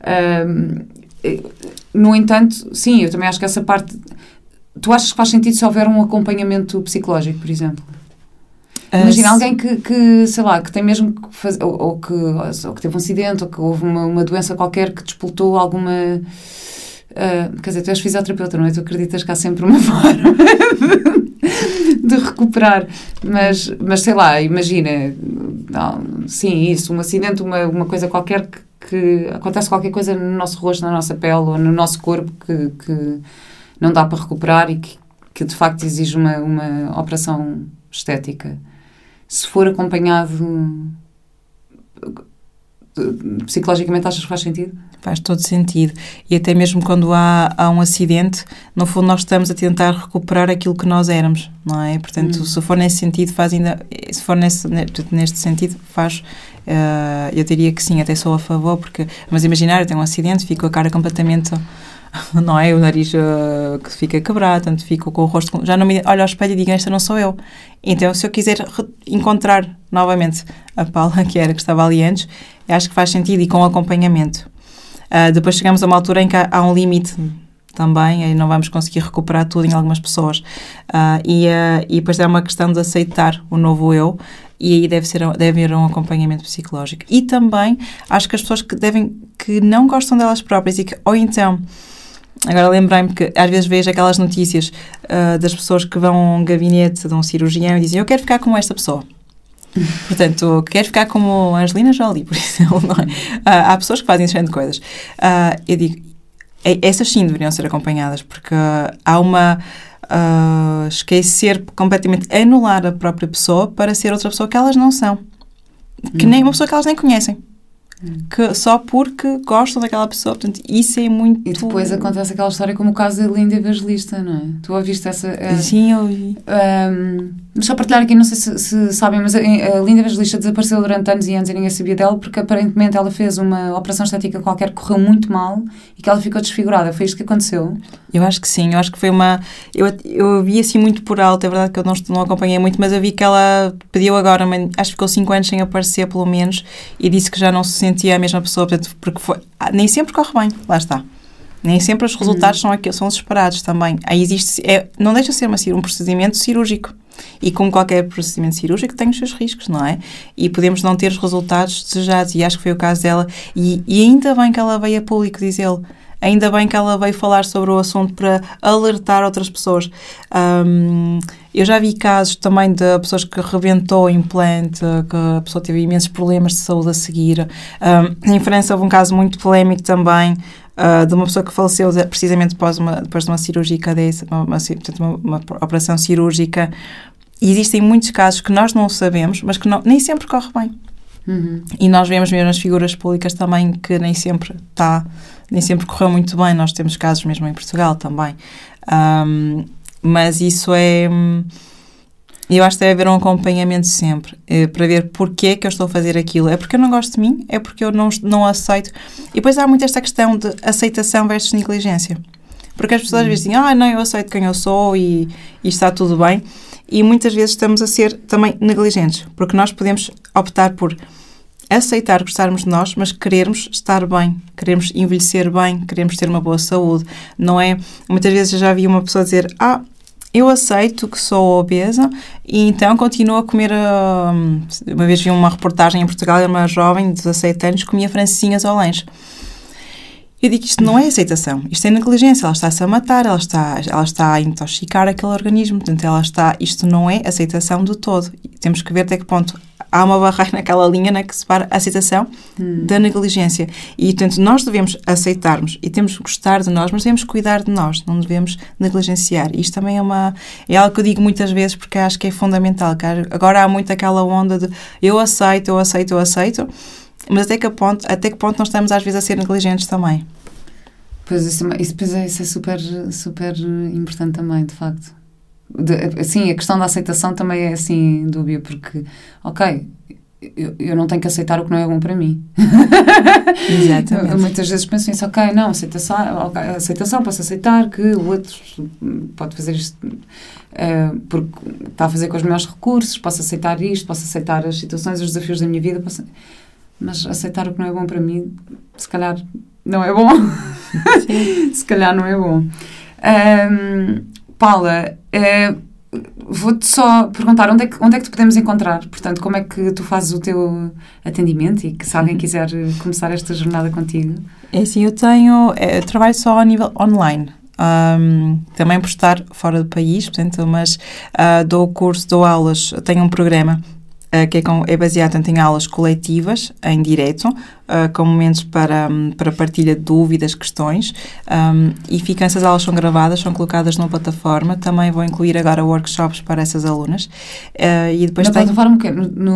No entanto, sim, eu também acho que essa parte... Tu achas que faz sentido se houver um acompanhamento psicológico, por exemplo? Imagina alguém que, sei lá, que tem mesmo que fazer, ou que teve um acidente, ou que houve uma doença qualquer que despoltou alguma... quer dizer, tu és fisioterapeuta, não é? Tu acreditas que há sempre uma forma de recuperar. Mas sei lá, imagina... sim, isso, um acidente, uma coisa qualquer que acontece qualquer coisa no nosso rosto, na nossa pele ou no nosso corpo que não dá para recuperar e que de facto exige uma operação estética. Se for acompanhado psicologicamente, achas que faz sentido? Faz todo sentido. E até mesmo quando há um acidente, no fundo nós estamos a tentar recuperar aquilo que nós éramos, não é? Portanto, se for nesse sentido, neste sentido, faz... eu diria que sim, até sou a favor, mas imaginar, eu tenho um acidente, fico a cara completamente... não é? O nariz que fica quebrado, tanto fico com o rosto... Já não me olho ao espelho e digo, esta não sou eu. Então, se eu quiser encontrar novamente a Paula, que estava ali antes, acho que faz sentido e com acompanhamento. Depois chegamos a uma altura em que há um limite também, e não vamos conseguir recuperar tudo em algumas pessoas. E depois é uma questão de aceitar o novo eu, e aí deve haver um acompanhamento psicológico. E também, acho que as pessoas que não gostam delas próprias ou então... Agora lembrei-me que às vezes vejo aquelas notícias das pessoas que vão a um gabinete de um cirurgião e dizem, eu quero ficar como esta pessoa. Portanto, quero ficar como a Angelina Jolie, por exemplo, não é? Há pessoas que fazem esse tipo de coisas. Eu digo, essas sim deveriam ser acompanhadas, porque há uma... esquecer completamente, anular a própria pessoa para ser outra pessoa que elas não são. Que nem uma pessoa que elas nem conhecem. que ssó porque gostam daquela pessoa. Portanto, isso é muito... E depois acontece aquela história como o caso da Linda Evangelista, não é? Tu ouviste essa... Sim, eu ouvi. Mas só partilhar aqui, não sei se sabem, mas a Linda Evangelista desapareceu durante anos e anos e ninguém sabia dela porque aparentemente ela fez uma operação estética qualquer que correu muito mal e que ela ficou desfigurada. Foi isto que aconteceu? Eu acho que sim, eu acho que foi uma... Eu vi assim muito por alto, é verdade que eu não acompanhei muito, mas eu vi que ela pediu agora, acho que ficou 5 anos sem aparecer pelo menos, e disse que já não se sentia a mesma pessoa, portanto, porque nem sempre corre bem, lá está. Nem sempre os resultados são os esperados também. Aí não deixa de ser um procedimento cirúrgico. E como qualquer procedimento cirúrgico tem os seus riscos, não é? E podemos não ter os resultados desejados, e acho que foi o caso dela. E ainda bem que ela veio a público, diz ele. Ainda bem que ela veio falar sobre o assunto para alertar outras pessoas. Eu já vi casos também de pessoas que rebentou o implante, que a pessoa teve imensos problemas de saúde a seguir. Em França houve um caso muito polémico também, de uma pessoa que faleceu precisamente depois de uma cirurgia dessa, uma operação cirúrgica. E existem muitos casos que nós não sabemos, mas que nem sempre corre bem. E nós vemos mesmo nas figuras públicas também que nem sempre correu muito bem. Nós temos casos mesmo em Portugal também. Mas isso eu acho que deve haver um acompanhamento sempre, para ver porque é que eu estou a fazer aquilo. É porque eu não gosto de mim? É porque eu não aceito? E depois há muito esta questão de aceitação versus negligência. Porque as pessoas às vezes dizem, não, eu aceito quem eu sou e está tudo bem. E muitas vezes estamos a ser também negligentes, porque nós podemos optar por aceitar gostarmos de nós, mas querermos estar bem, queremos envelhecer bem, queremos ter uma boa saúde. Não é? Muitas vezes eu já vi uma pessoa dizer, eu aceito que sou obesa e então continuo a comer... Uma vez vi uma reportagem em Portugal de uma jovem de 17 anos que comia francesinhas ao lanche. Eu digo que isto não é aceitação, isto é negligência, ela está-se a matar, ela está a intoxicar aquele organismo, portanto, isto não é aceitação de todo. E temos que ver até que ponto há uma barreira naquela linha, né, que separa a aceitação da negligência. E, portanto, nós devemos aceitarmos e temos que gostar de nós, mas devemos cuidar de nós, não devemos negligenciar. E isto também é algo que eu digo muitas vezes porque acho que é fundamental. Agora há muito aquela onda de eu aceito, mas até que ponto nós estamos às vezes a ser negligentes também. Pois isso é super, super importante também, de facto. Sim, a questão da aceitação também é assim dúbia, porque, eu não tenho que aceitar o que não é bom para mim. Exatamente. Muitas vezes penso nisso, aceitação, posso aceitar que o outro pode fazer isto porque está a fazer com os melhores recursos, posso aceitar isto, posso aceitar as situações, os desafios da minha vida, mas aceitar o que não é bom para mim, se calhar não é bom. Se calhar não é bom. Paula, vou-te só perguntar onde é que te podemos encontrar? Portanto, como é que tu fazes o teu atendimento e que se alguém quiser começar esta jornada contigo? É assim, eu trabalho só a nível online. Também por estar fora do país, portanto, mas dou aulas, tenho um programa que é baseado em aulas coletivas, em direto, com momentos para partilha de dúvidas, questões, e essas aulas são gravadas, são colocadas numa plataforma. Também vou incluir agora workshops para essas alunas. E depois plataforma o quê?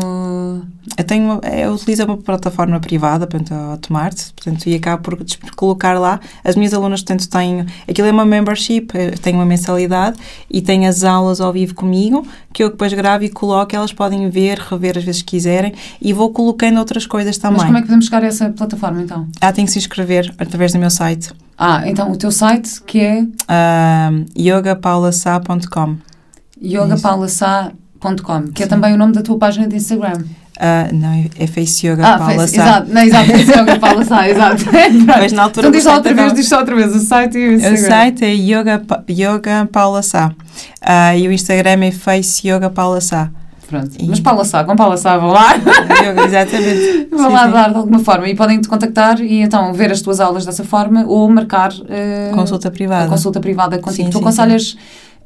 Eu utilizo uma plataforma privada, portanto, a Hotmart, portanto, e acabo por colocar lá. As minhas alunas, portanto, aquilo é uma membership, tenho uma mensalidade e tenho as aulas ao vivo comigo, que eu depois gravo e coloco, elas podem rever às vezes que quiserem, e vou colocando outras coisas também. Mas como é que podemos chegar a essa plataforma, então? Tem que se inscrever através do meu site. Então o teu site, que é? yogapaulasá.com. yogapaulasá.com, que é também o nome da tua página de Instagram. Não, é Face Yoga Paula Sá. Exato, Face Yoga Paula Sá, exato. Mas na altura então diz só outra vez o site e o Instagram. O site é Yoga Paula Sá. E o Instagram é Face Yoga Paula Sá. Pronto. Mas Paula Sá, com Paula Sá, vão lá. Exatamente. Vão lá dar de alguma forma e podem-te contactar e então ver as tuas aulas dessa forma ou marcar consulta privada. A consulta privada contigo. Tu aconselhas...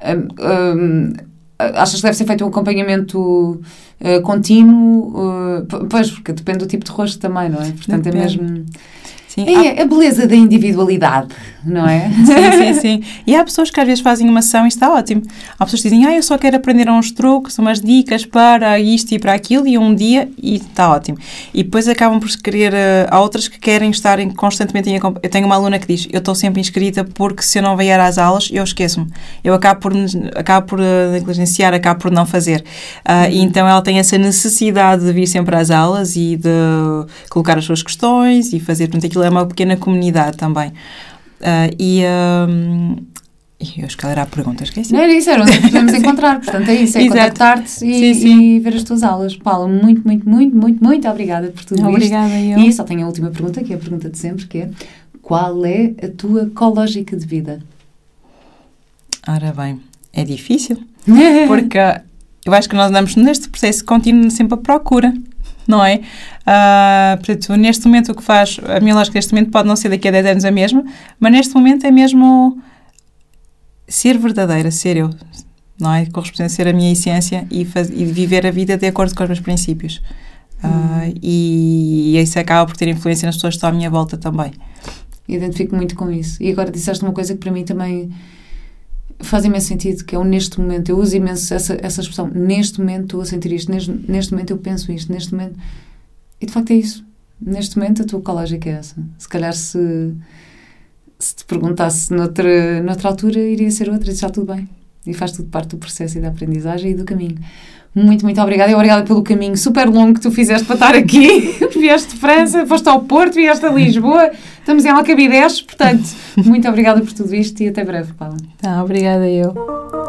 achas que deve ser feito um acompanhamento contínuo? Pois, porque depende do tipo de rosto também, não é? Portanto, depende. É mesmo... Sim, É a beleza da individualidade, não é? Sim. E há pessoas que às vezes fazem uma ação e está ótimo. Há pessoas que dizem, eu só quero aprender uns truques, umas dicas para isto e para aquilo, e um dia, e está ótimo. E depois acabam por querer, há outras que querem estar constantemente em... Eu tenho uma aluna que diz, eu estou sempre inscrita porque se eu não vier às aulas, eu esqueço-me. Eu acabo por negligenciar, acabo por não fazer. E então ela tem essa necessidade de vir sempre às aulas e de colocar as suas questões e fazer, portanto, aquilo é uma pequena comunidade também. Eu acho que era a pergunta, esqueci. Não era isso, era onde podemos encontrar, portanto é isso, é contactar-te e ver as tuas aulas. Paula, muito obrigada por tudo isto. Obrigada, eu. E só tenho a última pergunta, que é a pergunta de sempre, que é: qual é a tua ecológica de vida? Ora bem, é difícil, porque eu acho que nós andamos neste processo contínuo sempre à procura, não é? Portanto, neste momento o que faz, a minha lógica neste momento pode não ser daqui a 10 anos a mesma, mas neste momento é mesmo ser verdadeira, ser eu, não é? Corresponder a ser a minha essência e viver a vida de acordo com os meus princípios. E isso acaba por ter influência nas pessoas que estão à minha volta também. Identifico muito com isso. E agora disseste uma coisa que para mim também faz imenso sentido, que é o neste momento. Eu uso imenso essa expressão. Neste momento estou a sentir isto. Neste momento eu penso isto. Neste momento... E de facto é isso. Neste momento a tua ecológica é essa. Se calhar se te perguntasse noutra altura, iria ser outra. E está tudo bem. E faz tudo parte do processo e da aprendizagem e do caminho. Muito obrigada. E obrigada pelo caminho super longo que tu fizeste para estar aqui. Vieste de França, foste ao Porto, vieste a Lisboa. Estamos em Alcabidez, portanto, muito obrigada por tudo isto e até breve, Paula. Obrigada eu.